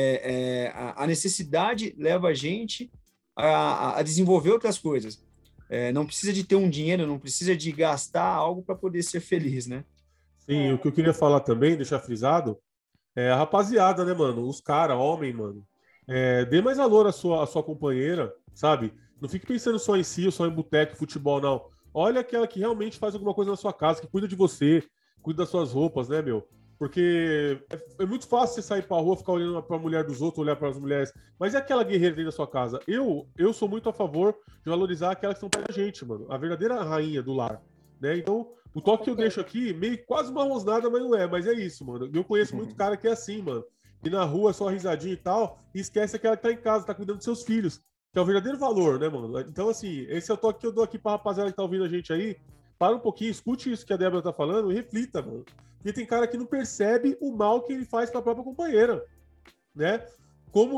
a necessidade leva a gente a desenvolver outras coisas. Não precisa de ter um dinheiro, não precisa de gastar algo para poder ser feliz, né? Sim, o que eu queria falar também, deixar frisado, a rapaziada, né, mano? Os caras, homem, mano. Dê mais valor à sua companheira, sabe? Não fique pensando só em si, ou só em boteco, futebol, não. Olha aquela que realmente faz alguma coisa na sua casa, que cuida de você, cuida das suas roupas, né, meu? Porque é muito fácil você sair pra rua, ficar olhando pra mulher dos outros, olhar para as mulheres. Mas é aquela guerreira dentro da sua casa. Eu sou muito a favor de valorizar aquelas que estão perto da gente, mano. A verdadeira rainha do lar, né? Então, o toque que eu deixo aqui, meio quase uma rosnada, mas não é. Mas é isso, mano. Eu conheço muito cara que é assim, mano. E na rua, só risadinha e tal, e esquece aquela que tá em casa, tá cuidando dos seus filhos. Que é o verdadeiro valor, né, mano? Então, assim, esse é o toque que eu dou aqui pra rapaziada que tá ouvindo a gente aí. Para um pouquinho, escute isso que a Débora tá falando e reflita, mano. Porque tem cara que não percebe o mal que ele faz pra própria companheira, né? Como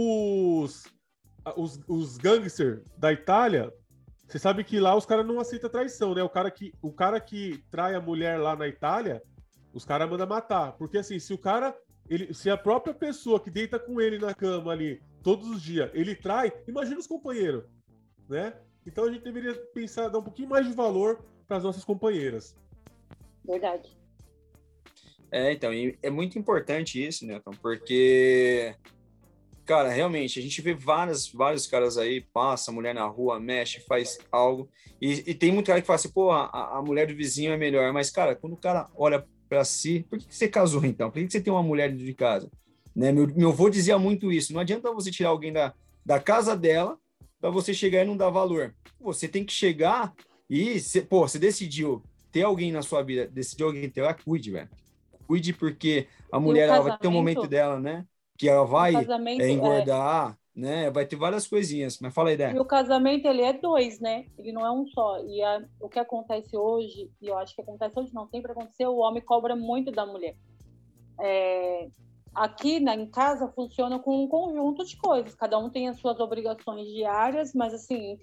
os gangsters da Itália, você sabe que lá os caras não aceitam traição, né? O cara que trai a mulher lá na Itália, os caras mandam matar. Porque, assim, se a própria pessoa que deita com ele na cama ali todos os dias, ele trai, imagina os companheiros, né? Então a gente deveria pensar, dar um pouquinho mais de valor para as nossas companheiras. Verdade. Então, e é muito importante isso, né, Tom? Porque, cara, realmente, a gente vê vários caras aí, passa a mulher na rua, mexe, faz algo, e tem muito cara que fala assim, pô, a mulher do vizinho é melhor, mas, cara, quando o cara olha para si. Por que você casou, então? Por que você tem uma mulher dentro de casa? Né? Meu avô dizia muito isso. Não adianta você tirar alguém da casa dela para você chegar e não dar valor. Você tem que chegar e, você decidiu ter alguém na sua vida, decidiu alguém ter, cuide, velho. Cuide, porque a E o mulher ela vai ter um momento casamento, dela, né? Que ela o vai casamento engordar, né? Vai ter várias coisinhas. Mas fala aí, e Dé. o casamento, ele é dois, né? Ele não é um só. E o que acontece hoje, e eu acho que acontece hoje, não, sempre aconteceu, o homem cobra muito da mulher. Aqui em casa funciona com um conjunto de coisas. Cada um tem as suas obrigações diárias, mas assim,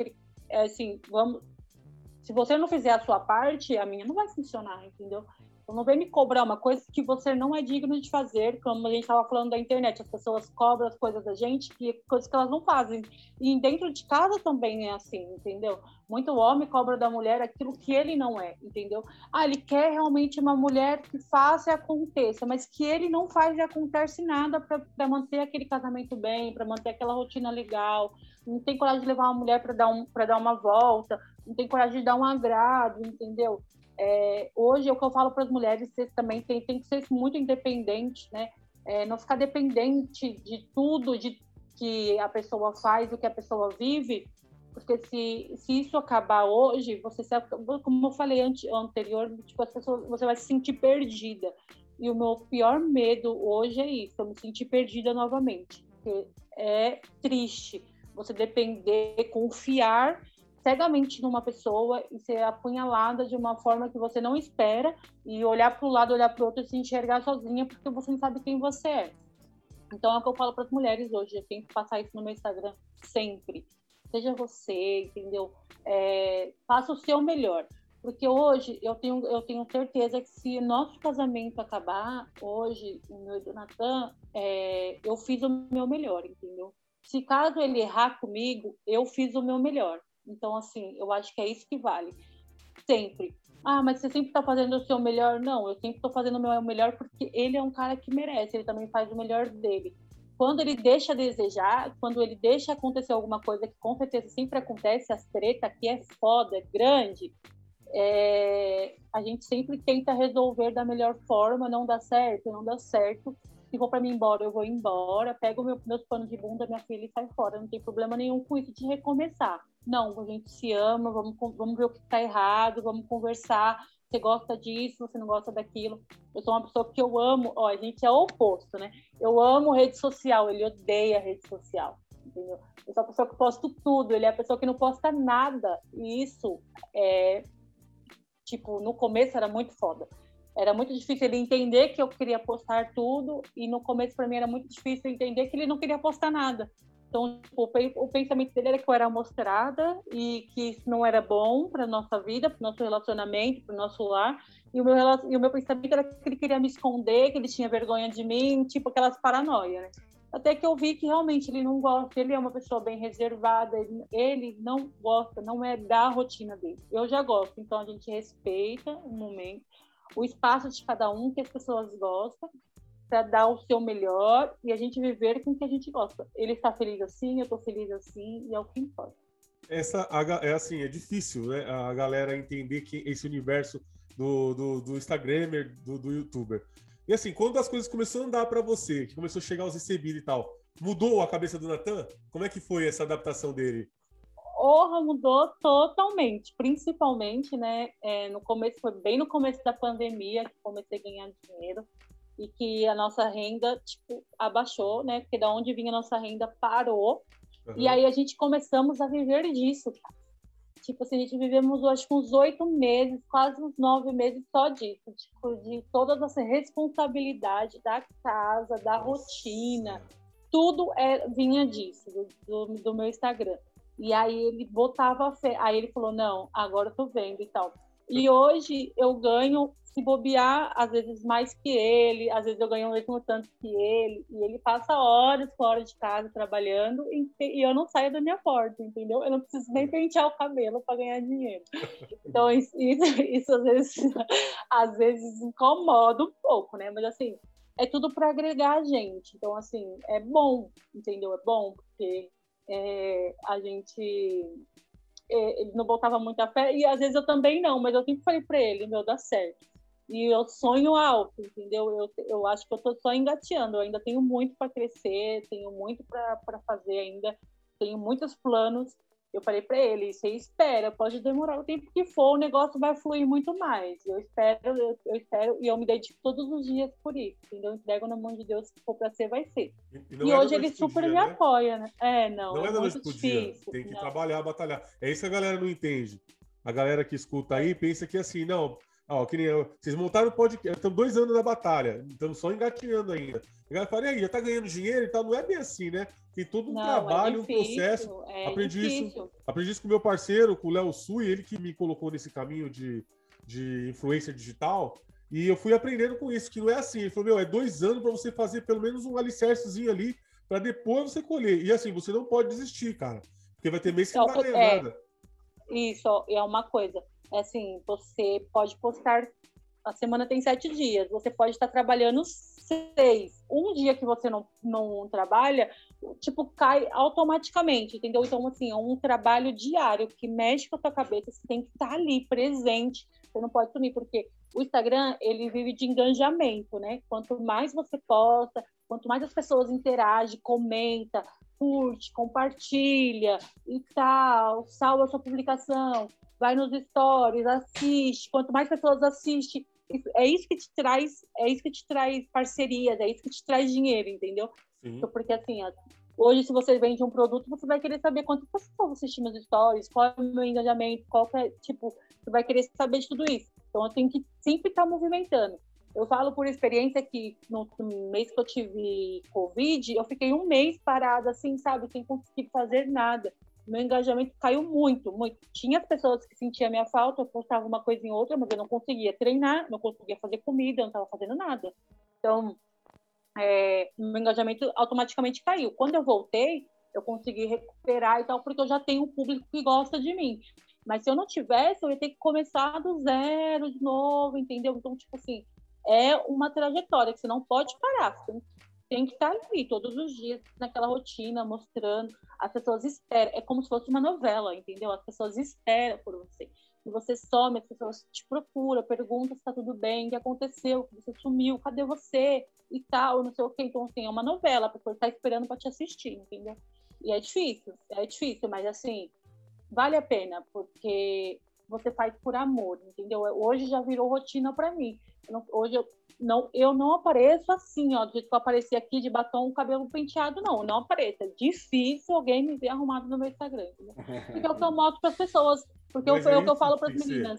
se você não fizer a sua parte, a minha não vai funcionar, entendeu? Então não vem me cobrar uma coisa que você não é digno de fazer, como a gente estava falando da internet, as pessoas cobram as coisas da gente, coisas que elas não fazem. E dentro de casa também é assim, entendeu? Muito homem cobra da mulher aquilo que ele não é, entendeu? Ele quer realmente uma mulher que faça e aconteça, mas que ele não faz e acontece nada para manter aquele casamento bem, para manter aquela rotina legal. Não tem coragem de levar uma mulher para dar uma volta, não tem coragem de dar um agrado, entendeu? Hoje, o que eu falo para as mulheres, vocês também tem que ser muito independente, né? Não ficar dependente de tudo de que a pessoa faz, do que a pessoa vive, porque se isso acabar hoje, como eu falei anterior, tipo, as pessoas, você vai se sentir perdida. E o meu pior medo hoje é isso, eu me sentir perdida novamente. Porque é triste você depender, confiar cegamente numa pessoa e ser apunhalada de uma forma que você não espera e olhar para um lado, olhar para o outro e se enxergar sozinha porque você não sabe quem você é. Então é o que eu falo para as mulheres hoje, eu tenho que passar isso no meu Instagram sempre. Seja você, entendeu? Faça o seu melhor. Porque hoje eu tenho certeza que se nosso casamento acabar, hoje, o meu e do Natan, eu fiz o meu melhor, entendeu? Se caso ele errar comigo, eu fiz o meu melhor. Então, assim, eu acho que é isso que vale. Sempre. Mas você sempre está fazendo o seu melhor? Não, eu sempre estou fazendo o meu melhor porque ele é um cara que merece, ele também faz o melhor dele. Quando ele deixa a desejar, quando ele deixa acontecer alguma coisa, que com certeza sempre acontece, as tretas que é foda, é grande, a gente sempre tenta resolver da melhor forma, não dá certo, não dá certo. Se for para mim embora, eu vou embora, pego meus panos de bunda, minha filha, e sai fora. Não tem problema nenhum com isso de recomeçar. Não, a gente se ama, vamos ver o que está errado, vamos conversar. Você gosta disso, você não gosta daquilo. Eu sou uma pessoa que eu amo, a gente é o oposto, né? Eu amo rede social, ele odeia rede social, entendeu? Eu sou a pessoa que posto tudo, ele é a pessoa que não posta nada. E isso no começo era muito foda. Era muito difícil ele entender que eu queria postar tudo, e no começo, para mim, era muito difícil entender que ele não queria postar nada. Então, o pensamento dele era que eu era mostrada e que isso não era bom para nossa vida, para o nosso relacionamento, para o nosso lar. E o meu pensamento era que ele queria me esconder, que ele tinha vergonha de mim, tipo aquelas paranoias, né? Até que eu vi que realmente ele não gosta, ele é uma pessoa bem reservada, ele não gosta, não é da rotina dele. Eu já gosto, então a gente respeita o momento, o espaço de cada um que as pessoas gostam, para dar o seu melhor e a gente viver com o que a gente gosta. Ele está feliz assim, eu estou feliz assim, e é o que importa. É difícil, né? A galera entender que esse universo do Instagramer, do YouTuber. E assim, quando as coisas começaram a andar para você, que começou a chegar os recebidos e tal, mudou a cabeça do Natan? Como é que foi essa adaptação dele? Mudou totalmente, principalmente, né? No começo, foi bem no começo da pandemia que comecei a ganhar dinheiro e que a nossa renda, abaixou, né? Porque da onde vinha a nossa renda parou. Uhum. E aí a gente começamos a viver disso, cara. A gente vivemos, acho que uns 8 meses, quase uns 9 meses só disso, de toda essa responsabilidade da casa, da rotina, tudo vinha disso, do meu Instagram. E aí ele botava fé, aí ele falou, não, agora eu tô vendo e tal. E hoje eu ganho, se bobear, às vezes mais que ele, às vezes eu ganho o mesmo tanto que ele, e ele passa horas fora de casa trabalhando e eu não saio da minha porta, entendeu? Eu não preciso nem pentear o cabelo para ganhar dinheiro. Então isso às vezes incomoda um pouco, né? Mas assim, é tudo para agregar a gente. Então assim, é bom, entendeu? É bom porque a gente... ele não botava muita fé, e às vezes eu também não, mas eu sempre falei para ele, dá certo. E eu sonho alto, entendeu? Eu acho que eu tô só engateando. Eu ainda tenho muito para crescer, tenho muito para fazer ainda, tenho muitos planos. Eu falei para ele, você espera, pode demorar o tempo que for, o negócio vai fluir muito mais. Eu espero e eu me dedico todos os dias por isso, entendeu? Eu entrego na mão de Deus, se for para ser, vai ser. E E não é da hoje noite ele pro super dia, me né? apoia, né? Não, Não é é da noite muito pro dia. difícil. Tem que Não. trabalhar, batalhar. É isso que a galera não entende. A galera que escuta aí pensa que assim, não, ó, que nem vocês montaram o podcast, estamos 2 anos na batalha, estamos só engatinhando ainda. A galera fala, e aí, já tá ganhando dinheiro e tal. Não é bem assim, né? Tem todo um Não, é trabalho, um processo. difícil, é Aprendi isso, difícil. aprendi isso com o meu parceiro, com o Léo Sui, ele que me colocou nesse caminho de influência digital. E eu fui aprendendo com isso, que não é assim. Ele falou, meu, é 2 anos para você fazer pelo menos um alicercezinho ali, para depois você colher. E assim, você não pode desistir, cara. Porque vai ter mês que não vai ganhar nada. Isso, ó, é uma coisa. É assim, você pode postar. A semana tem 7 dias. Você pode estar trabalhando 6. Um dia que você não trabalha, tipo, cai automaticamente, entendeu? Então, assim, é um trabalho diário que mexe com a tua cabeça. Você tem que estar ali, presente. Você não pode sumir, porque o Instagram, ele vive de engajamento, né? Quanto mais você posta, quanto mais as pessoas interagem, comenta, curte, compartilha e tal, salva a sua publicação, vai nos stories, assiste. Quanto mais pessoas assistem, é isso que te traz parcerias, é isso que te traz dinheiro, entendeu? Sim. Porque assim, hoje se você vende um produto, você vai querer saber quantas pessoas assistem meus stories, qual é o meu engajamento, qual é, tipo, você vai querer saber de tudo isso. Então eu tenho que sempre estar movimentando. Eu falo por experiência que no mês que eu tive Covid, eu fiquei um mês parada, assim, sabe, sem conseguir fazer nada. Meu engajamento caiu muito, muito. Tinha as pessoas que sentiam a minha falta, eu postava uma coisa em outra, mas eu não conseguia treinar, não conseguia fazer comida, eu não estava fazendo nada. Então, meu engajamento automaticamente caiu. Quando eu voltei, eu consegui recuperar e tal, porque eu já tenho um público que gosta de mim. Mas se eu não tivesse, eu ia ter que começar do zero de novo, entendeu? Então, tipo assim, é uma trajetória que você não pode parar. Você tem que estar ali todos os dias, naquela rotina, mostrando. As pessoas esperam. É como se fosse uma novela, entendeu? As pessoas esperam por você. E você some, as pessoas te procuram, perguntam se está tudo bem, o que aconteceu, você sumiu, cadê você? E tal, não sei o quê. Então, assim, é uma novela, a pessoa está esperando para te assistir, entendeu? E é difícil, mas assim, vale a pena, porque você faz por amor, entendeu? Hoje já virou rotina para mim. Hoje eu não apareço assim, ó, do jeito que eu apareci aqui de batom, cabelo penteado, não apareço. É difícil alguém me ver arrumado no meu Instagram, entendeu? Porque é o que eu mostro para as pessoas, porque é o que eu falo para as meninas.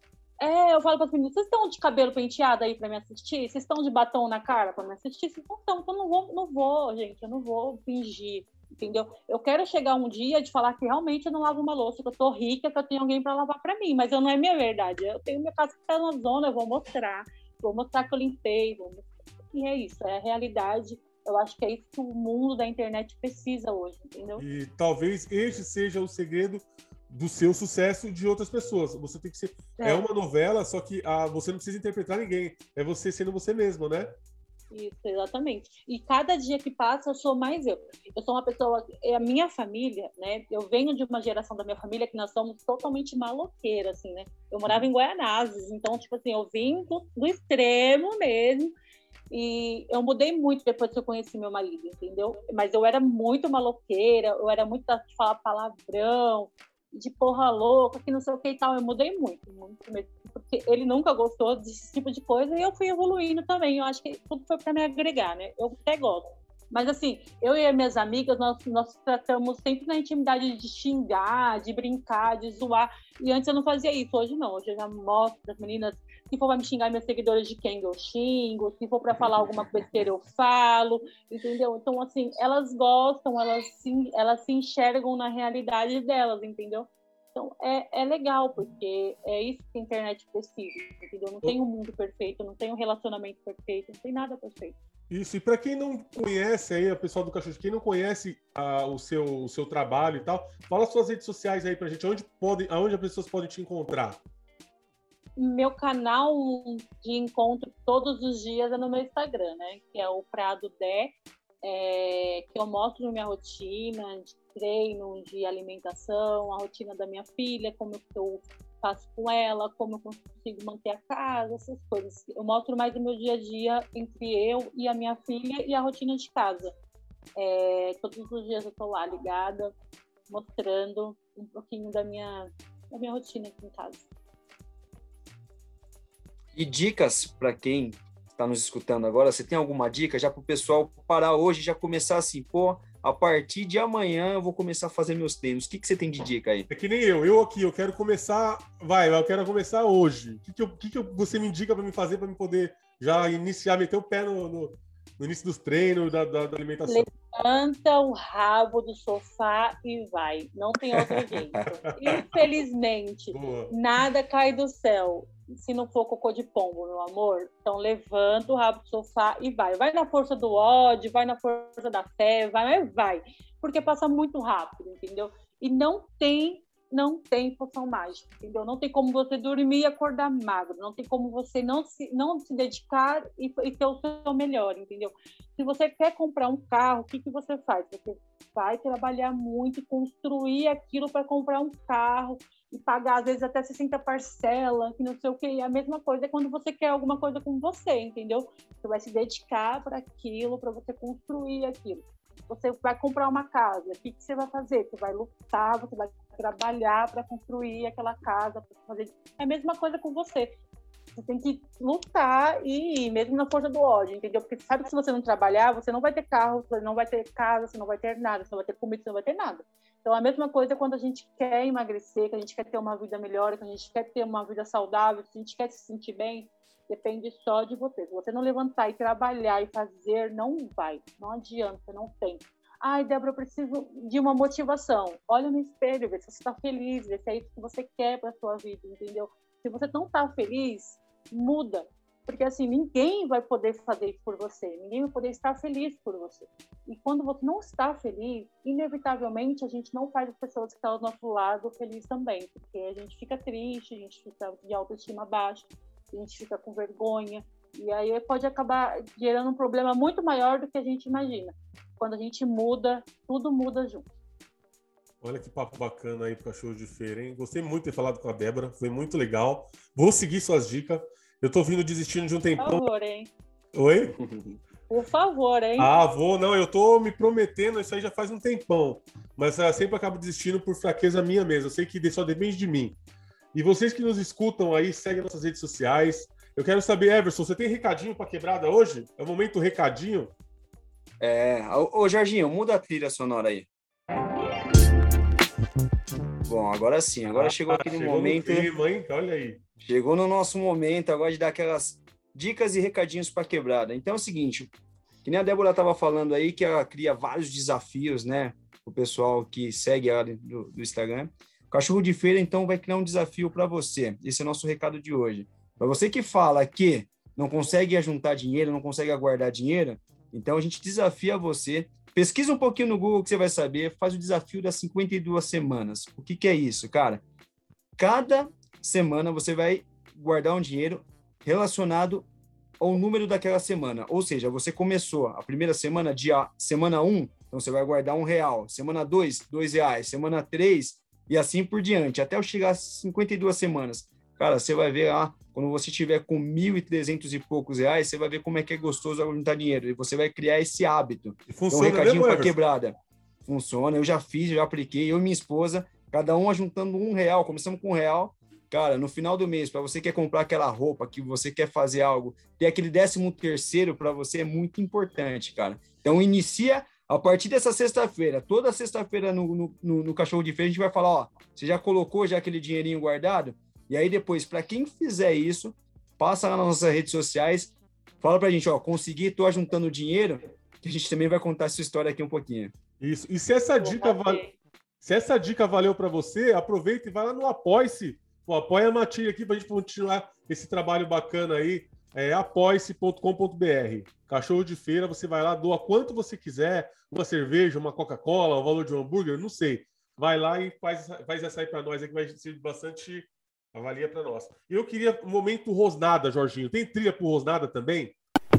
Eu falo para as meninas, vocês estão de cabelo penteado aí para me assistir? Vocês estão de batom na cara para me assistir? Vocês não estão, então não vou, gente, eu não vou fingir, entendeu? Eu quero chegar um dia de falar que realmente eu não lavo uma louça, que eu tô rica, que eu tenho alguém para lavar para mim, mas não é minha verdade. Eu tenho minha casa que está na zona, eu vou mostrar que eu limpei, e é isso, é a realidade. Eu acho que é isso que o mundo da internet precisa hoje, entendeu? E talvez este seja o segredo do seu sucesso de outras pessoas. Você tem que ser. É uma novela, só que você não precisa interpretar ninguém. É você sendo você mesmo, né? Isso, exatamente. E cada dia que passa, eu sou mais eu. Eu sou uma pessoa. É a minha família, né? Eu venho de uma geração da minha família que nós somos totalmente maloqueiras, assim, né? Eu morava em Guaianazes, então, tipo assim, eu vim do extremo mesmo. E eu mudei muito depois que eu conheci meu marido, entendeu? Mas eu era muito maloqueira, eu era muito de falar palavrão, de porra louca, que não sei o que e tal. Eu mudei muito, muito mesmo. Porque ele nunca gostou desse tipo de coisa e eu fui evoluindo também. Eu acho que tudo foi para me agregar, né? Eu até gosto. Mas assim, eu e as minhas amigas, nós tratamos sempre na intimidade de xingar, de brincar, de zoar. E antes eu não fazia isso, hoje não. Hoje eu já mostro para as meninas, se for para me xingar meus seguidores de quem eu xingo, se for para falar alguma besteira eu falo, entendeu? Então assim, elas gostam, elas se enxergam na realidade delas, entendeu? Então é legal, porque é isso que a internet precisa, entendeu? Não tem um mundo perfeito, não tem um relacionamento perfeito, não tem nada perfeito. Isso, e para quem não conhece aí, o pessoal do Cachorro, quem não conhece o seu trabalho e tal, fala suas redes sociais aí pra gente, aonde as pessoas podem te encontrar. Meu canal de encontro todos os dias é no meu Instagram, né? Que é o Prado Dé, que eu mostro minha rotina de treino, de alimentação, a rotina da minha filha, como eu faço com ela, como eu consigo manter a casa, essas coisas. Eu mostro mais o meu dia a dia entre eu e a minha filha e a rotina de casa. Todos os dias eu estou lá ligada, mostrando um pouquinho da minha rotina aqui em casa. E dicas para quem está nos escutando agora? Você tem alguma dica já para o pessoal parar hoje e já começar assim, pô, a partir de amanhã eu vou começar a fazer meus treinos. O que você tem de dica aí? É que nem eu aqui, eu quero começar, eu quero começar hoje. O que você me indica para me fazer, para me poder já iniciar, meter o pé no início dos treinos, da alimentação? Levanta o rabo do sofá e vai. Não tem outro jeito. Infelizmente, Boa. Nada cai do céu se não for cocô de pombo, meu amor. Então, levanta o rabo do sofá e vai. Vai na força do ódio, vai na força da fé, vai. Porque passa muito rápido, entendeu? E não tem poção mágica, entendeu? Não tem como você dormir e acordar magro. Não tem como você não se dedicar e ter o seu melhor, entendeu? Se você quer comprar um carro, o que você faz? Você vai trabalhar muito e construir aquilo para comprar um carro e pagar, às vezes, até 60 parcelas, que não sei o quê. E a mesma coisa é quando você quer alguma coisa com você, entendeu? Você vai se dedicar para aquilo, para você construir aquilo. Você vai comprar uma casa, o que você vai fazer? Você vai lutar, você vai trabalhar para construir aquela casa, para fazer. É a mesma coisa com você. Você tem que lutar e ir, mesmo na força do ódio, entendeu? Porque sabe que se você não trabalhar, você não vai ter carro, você não vai ter casa, você não vai ter nada, você não vai ter comida, você não vai ter nada. Então, a mesma coisa quando a gente quer emagrecer, que a gente quer ter uma vida melhor, que a gente quer ter uma vida saudável, que a gente quer se sentir bem, depende só de você. Se você não levantar e trabalhar e fazer, não vai. Não adianta, não tem. Ai, Débora, eu preciso de uma motivação. Olha no espelho, vê se você está feliz, vê se é isso que você quer para a sua vida, entendeu? Se você não está feliz, muda. Porque, assim, ninguém vai poder fazer isso por você. Ninguém vai poder estar feliz por você. E quando você não está feliz, inevitavelmente, a gente não faz as pessoas que estão ao nosso lado feliz também. Porque a gente fica triste, a gente fica de autoestima baixa, a gente fica com vergonha. E aí pode acabar gerando um problema muito maior do que a gente imagina. Quando a gente muda, tudo muda junto. Olha que papo bacana aí pro Cachorro de Feira, hein? Gostei muito de ter falado com a Débora, foi muito legal. Vou seguir suas dicas. Eu tô vindo desistindo de um tempão. Por favor, hein? Oi? Por favor, hein? Vou. Não, eu tô me prometendo, isso aí já faz um tempão. Mas eu sempre acabo desistindo por fraqueza minha mesmo. Eu sei que só depende de mim. E vocês que nos escutam aí, seguem nossas redes sociais. Eu quero saber, Everson, você tem recadinho pra quebrada hoje? É o momento recadinho? Ô Jorginho, muda a trilha sonora aí. Bom, agora sim, agora chegou aquele momento. No clima, hein? Olha aí. Chegou no nosso momento agora de dar aquelas dicas e recadinhos para quebrada. Então é o seguinte, que nem a Débora estava falando aí, que ela cria vários desafios, né? O pessoal que segue ela do Instagram. O Cachorro de Feira, então, vai criar um desafio para você. Esse é o nosso recado de hoje. Para você que fala que não consegue juntar dinheiro, não consegue guardar dinheiro, então a gente desafia você. Pesquisa um pouquinho no Google que você vai saber. Faz o desafio das 52 semanas. O que é isso, cara? Cada semana você vai guardar um dinheiro relacionado ao número daquela semana. Ou seja, você começou a primeira semana, semana 1, então você vai guardar R$1. Semana 2, R$2. Semana 3, e assim por diante, até eu chegar às 52 semanas. Cara, você vai ver lá, quando você tiver com 1.300 e poucos reais, você vai ver como é que é gostoso juntar dinheiro. E você vai criar esse hábito. E funciona, então, recadinho para Everson? quebrada. Funciona, eu já fiz, eu já apliquei, eu e minha esposa, cada um juntando R$1, começamos com R$1. Cara, no final do mês, para você que quer comprar aquela roupa, que você quer fazer algo, ter aquele 13º para você é muito importante, cara. Então, inicia a partir dessa sexta-feira. Toda sexta-feira no Cachorro de Feira, a gente vai falar, ó, você já colocou já aquele dinheirinho guardado? E aí depois, para quem fizer isso, passa lá nas nossas redes sociais, fala pra gente, ó, consegui, tô juntando dinheiro, que a gente também vai contar essa história aqui um pouquinho. Isso. E se essa dica valeu para você, aproveita e vai lá no Apoia-se. Apoia a Matilha aqui pra gente continuar esse trabalho bacana aí. É apoia-se.com.br. Cachorro de Feira, você vai lá, doa quanto você quiser, uma cerveja, uma Coca-Cola, o valor de um hambúrguer, não sei. Vai lá e faz essa aí para nós, aí que vai ser bastante avalia para nós. E eu queria um momento Rosnada, Jorginho. Tem trilha pro Rosnada também?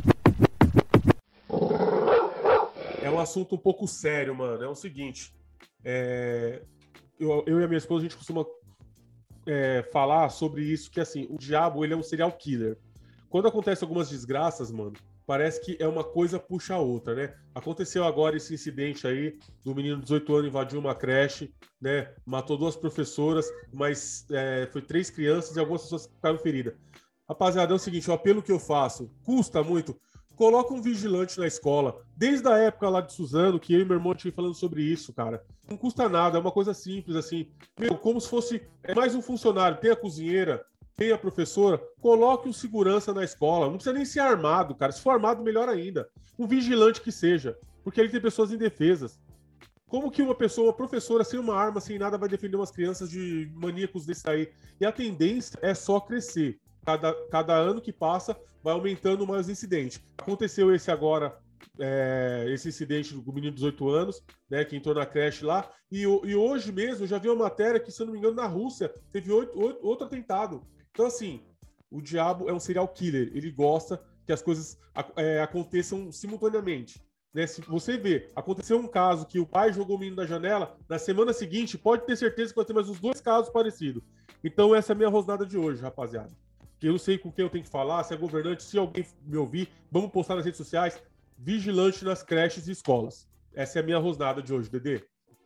É um assunto um pouco sério, mano. É o seguinte, eu e a minha esposa, a gente costuma falar sobre isso, que assim, o diabo, ele é um serial killer. Quando acontece algumas desgraças, mano, parece que é uma coisa puxa a outra, né? Aconteceu agora esse incidente aí do menino de 18 anos invadiu uma creche, né? Matou 2 professoras, mas foi 3 crianças e algumas pessoas ficaram feridas. Rapaziada, é o seguinte, o apelo que eu faço, custa muito, coloca um vigilante na escola. Desde a época lá de Suzano, que eu e meu irmão tinha falando sobre isso, cara. Não custa nada, é uma coisa simples, assim. Meu, como se fosse mais um funcionário. Tem a cozinheira, tem a professora, coloque um segurança na escola. Não precisa nem ser armado, cara. Se for armado, melhor ainda. Um vigilante que seja, porque ele tem pessoas indefesas. Como que uma professora sem uma arma, sem nada, vai defender umas crianças de maníacos desse aí? E a tendência é só crescer. Cada ano que passa, vai aumentando mais incidentes. Aconteceu esse agora, esse incidente do menino de 18 anos, né, que entrou na creche lá, e hoje mesmo eu já vi uma matéria que, se eu não me engano, na Rússia teve outro atentado. Então, assim, o diabo é um serial killer, ele gosta que as coisas aconteçam simultaneamente. Né? Se você vê, aconteceu um caso que o pai jogou o menino da janela, na semana seguinte, pode ter certeza que vai ter mais uns 2 casos parecidos. Então, essa é a minha rosnada de hoje, rapaziada. Que eu não sei com quem eu tenho que falar, se é governante, se alguém me ouvir, vamos postar nas redes sociais, vigilante nas creches e escolas. Essa é a minha rosnada de hoje, Dedê.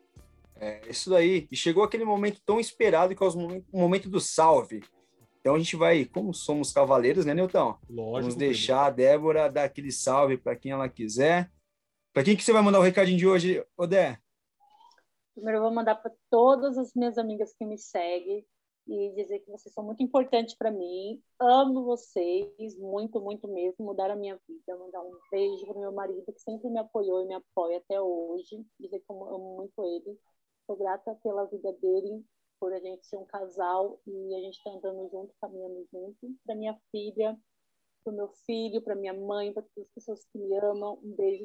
Isso daí. E chegou aquele momento tão esperado, que é o momento do salve. Então a gente vai, como somos cavaleiros, né, Nilton? Lógico. Vamos deixar a Débora dar aquele salve para quem ela quiser. Para quem que você vai mandar o recadinho de hoje, Odé? Primeiro eu vou mandar para todas as minhas amigas que me seguem e dizer que vocês são muito importantes para mim. Amo vocês, muito, muito mesmo. Mudaram a minha vida. Mandar um beijo para o meu marido, que sempre me apoiou e me apoia até hoje. Dizer que eu amo muito ele. Sou grata pela vida dele, por a gente ser um casal e a gente estar andando junto, caminhando junto. Para minha filha, para o meu filho, para minha mãe, para todas as pessoas que me amam. Um beijo.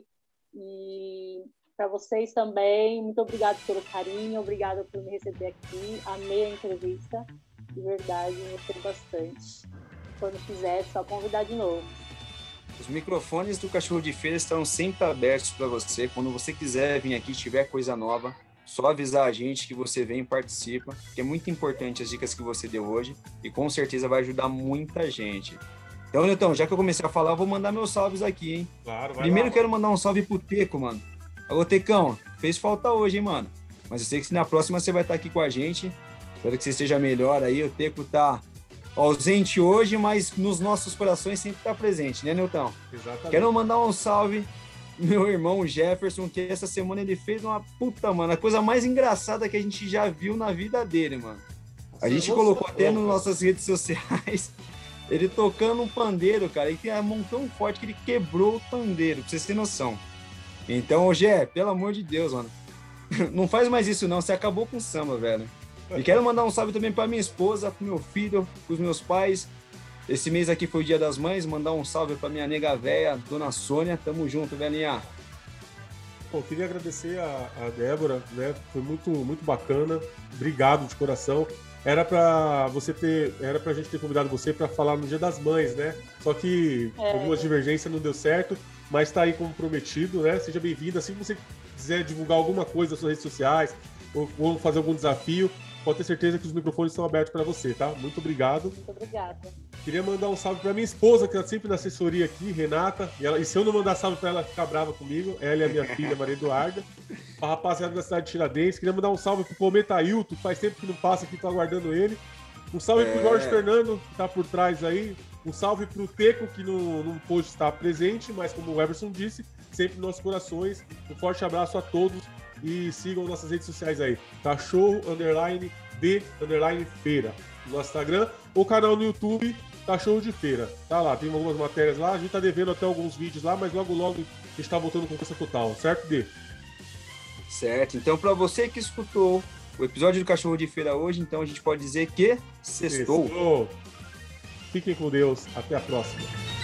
E para vocês também, muito obrigada pelo carinho, obrigada por me receber aqui, amei a entrevista, de verdade, gostei bastante. Quando quiser, é só convidar de novo. Os microfones do Cachorro de Feira estão sempre abertos para você. Quando você quiser vir aqui, tiver coisa nova, só avisar a gente que você vem e participa, que é muito importante as dicas que você deu hoje e com certeza vai ajudar muita gente. Então, Nilton, já que eu comecei a falar, eu vou mandar meus salves aqui, hein? Claro, vai Primeiro lá, quero mandar um salve pro Teco, mano. Alô, Tecão, fez falta hoje, hein, mano? Mas eu sei que na próxima você vai estar aqui com a gente. Espero que você esteja melhor aí. O Teco tá ausente hoje, mas nos nossos corações sempre tá presente, né, Nilton? Exatamente. Quero mandar um salve pro meu irmão Jefferson, que essa semana ele fez uma puta, mano, a coisa mais engraçada que a gente já viu na vida dele, mano. A gente colocou até nas nossas redes sociais ele tocando um pandeiro, cara, e tem a mão tão forte que ele quebrou o pandeiro, pra vocês terem noção. Então, Gé, pelo amor de Deus, mano, não faz mais isso não, você acabou com o samba, velho. E quero mandar um salve também pra minha esposa, pro meu filho, pros meus pais. Esse mês aqui foi o Dia das Mães, mandar um salve pra minha nega véia, Dona Sônia, tamo junto, velhinha. Pô, queria agradecer a Débora, né, foi muito, muito bacana, obrigado de coração. Era pra gente ter convidado você para falar no Dia das Mães, né? Só que algumas divergências não deu certo, mas tá aí como prometido, né? Seja bem-vindo. Assim que você quiser divulgar alguma coisa nas suas redes sociais ou fazer algum desafio, pode ter certeza que os microfones estão abertos para você, tá? Muito obrigado. Muito obrigada. Queria mandar um salve para minha esposa, que tá sempre na assessoria aqui, Renata. E se eu não mandar salve para ela, ficar brava comigo. Ela e a minha filha, Maria Eduarda. A rapaziada da cidade de Tiradentes. Queria mandar um salve pro Cometa Ailton, que faz tempo que não passa aqui, tô aguardando ele. Um salve pro Jorge Fernando, que tá por trás aí. Um salve pro Teco, que não pôde estar presente, mas como o Everson disse, sempre nos nossos corações. Um forte abraço a todos e sigam nossas redes sociais aí. Cachorro_de_feira no nosso Instagram, ou canal no YouTube, Cachorro de Feira. Tá lá, tem algumas matérias lá, a gente tá devendo até alguns vídeos lá, mas logo a gente tá voltando com força total, certo, Dê? Certo, então para você que escutou o episódio do Cachorro de Feira hoje, então a gente pode dizer que sextou. Fiquem com Deus, até a próxima.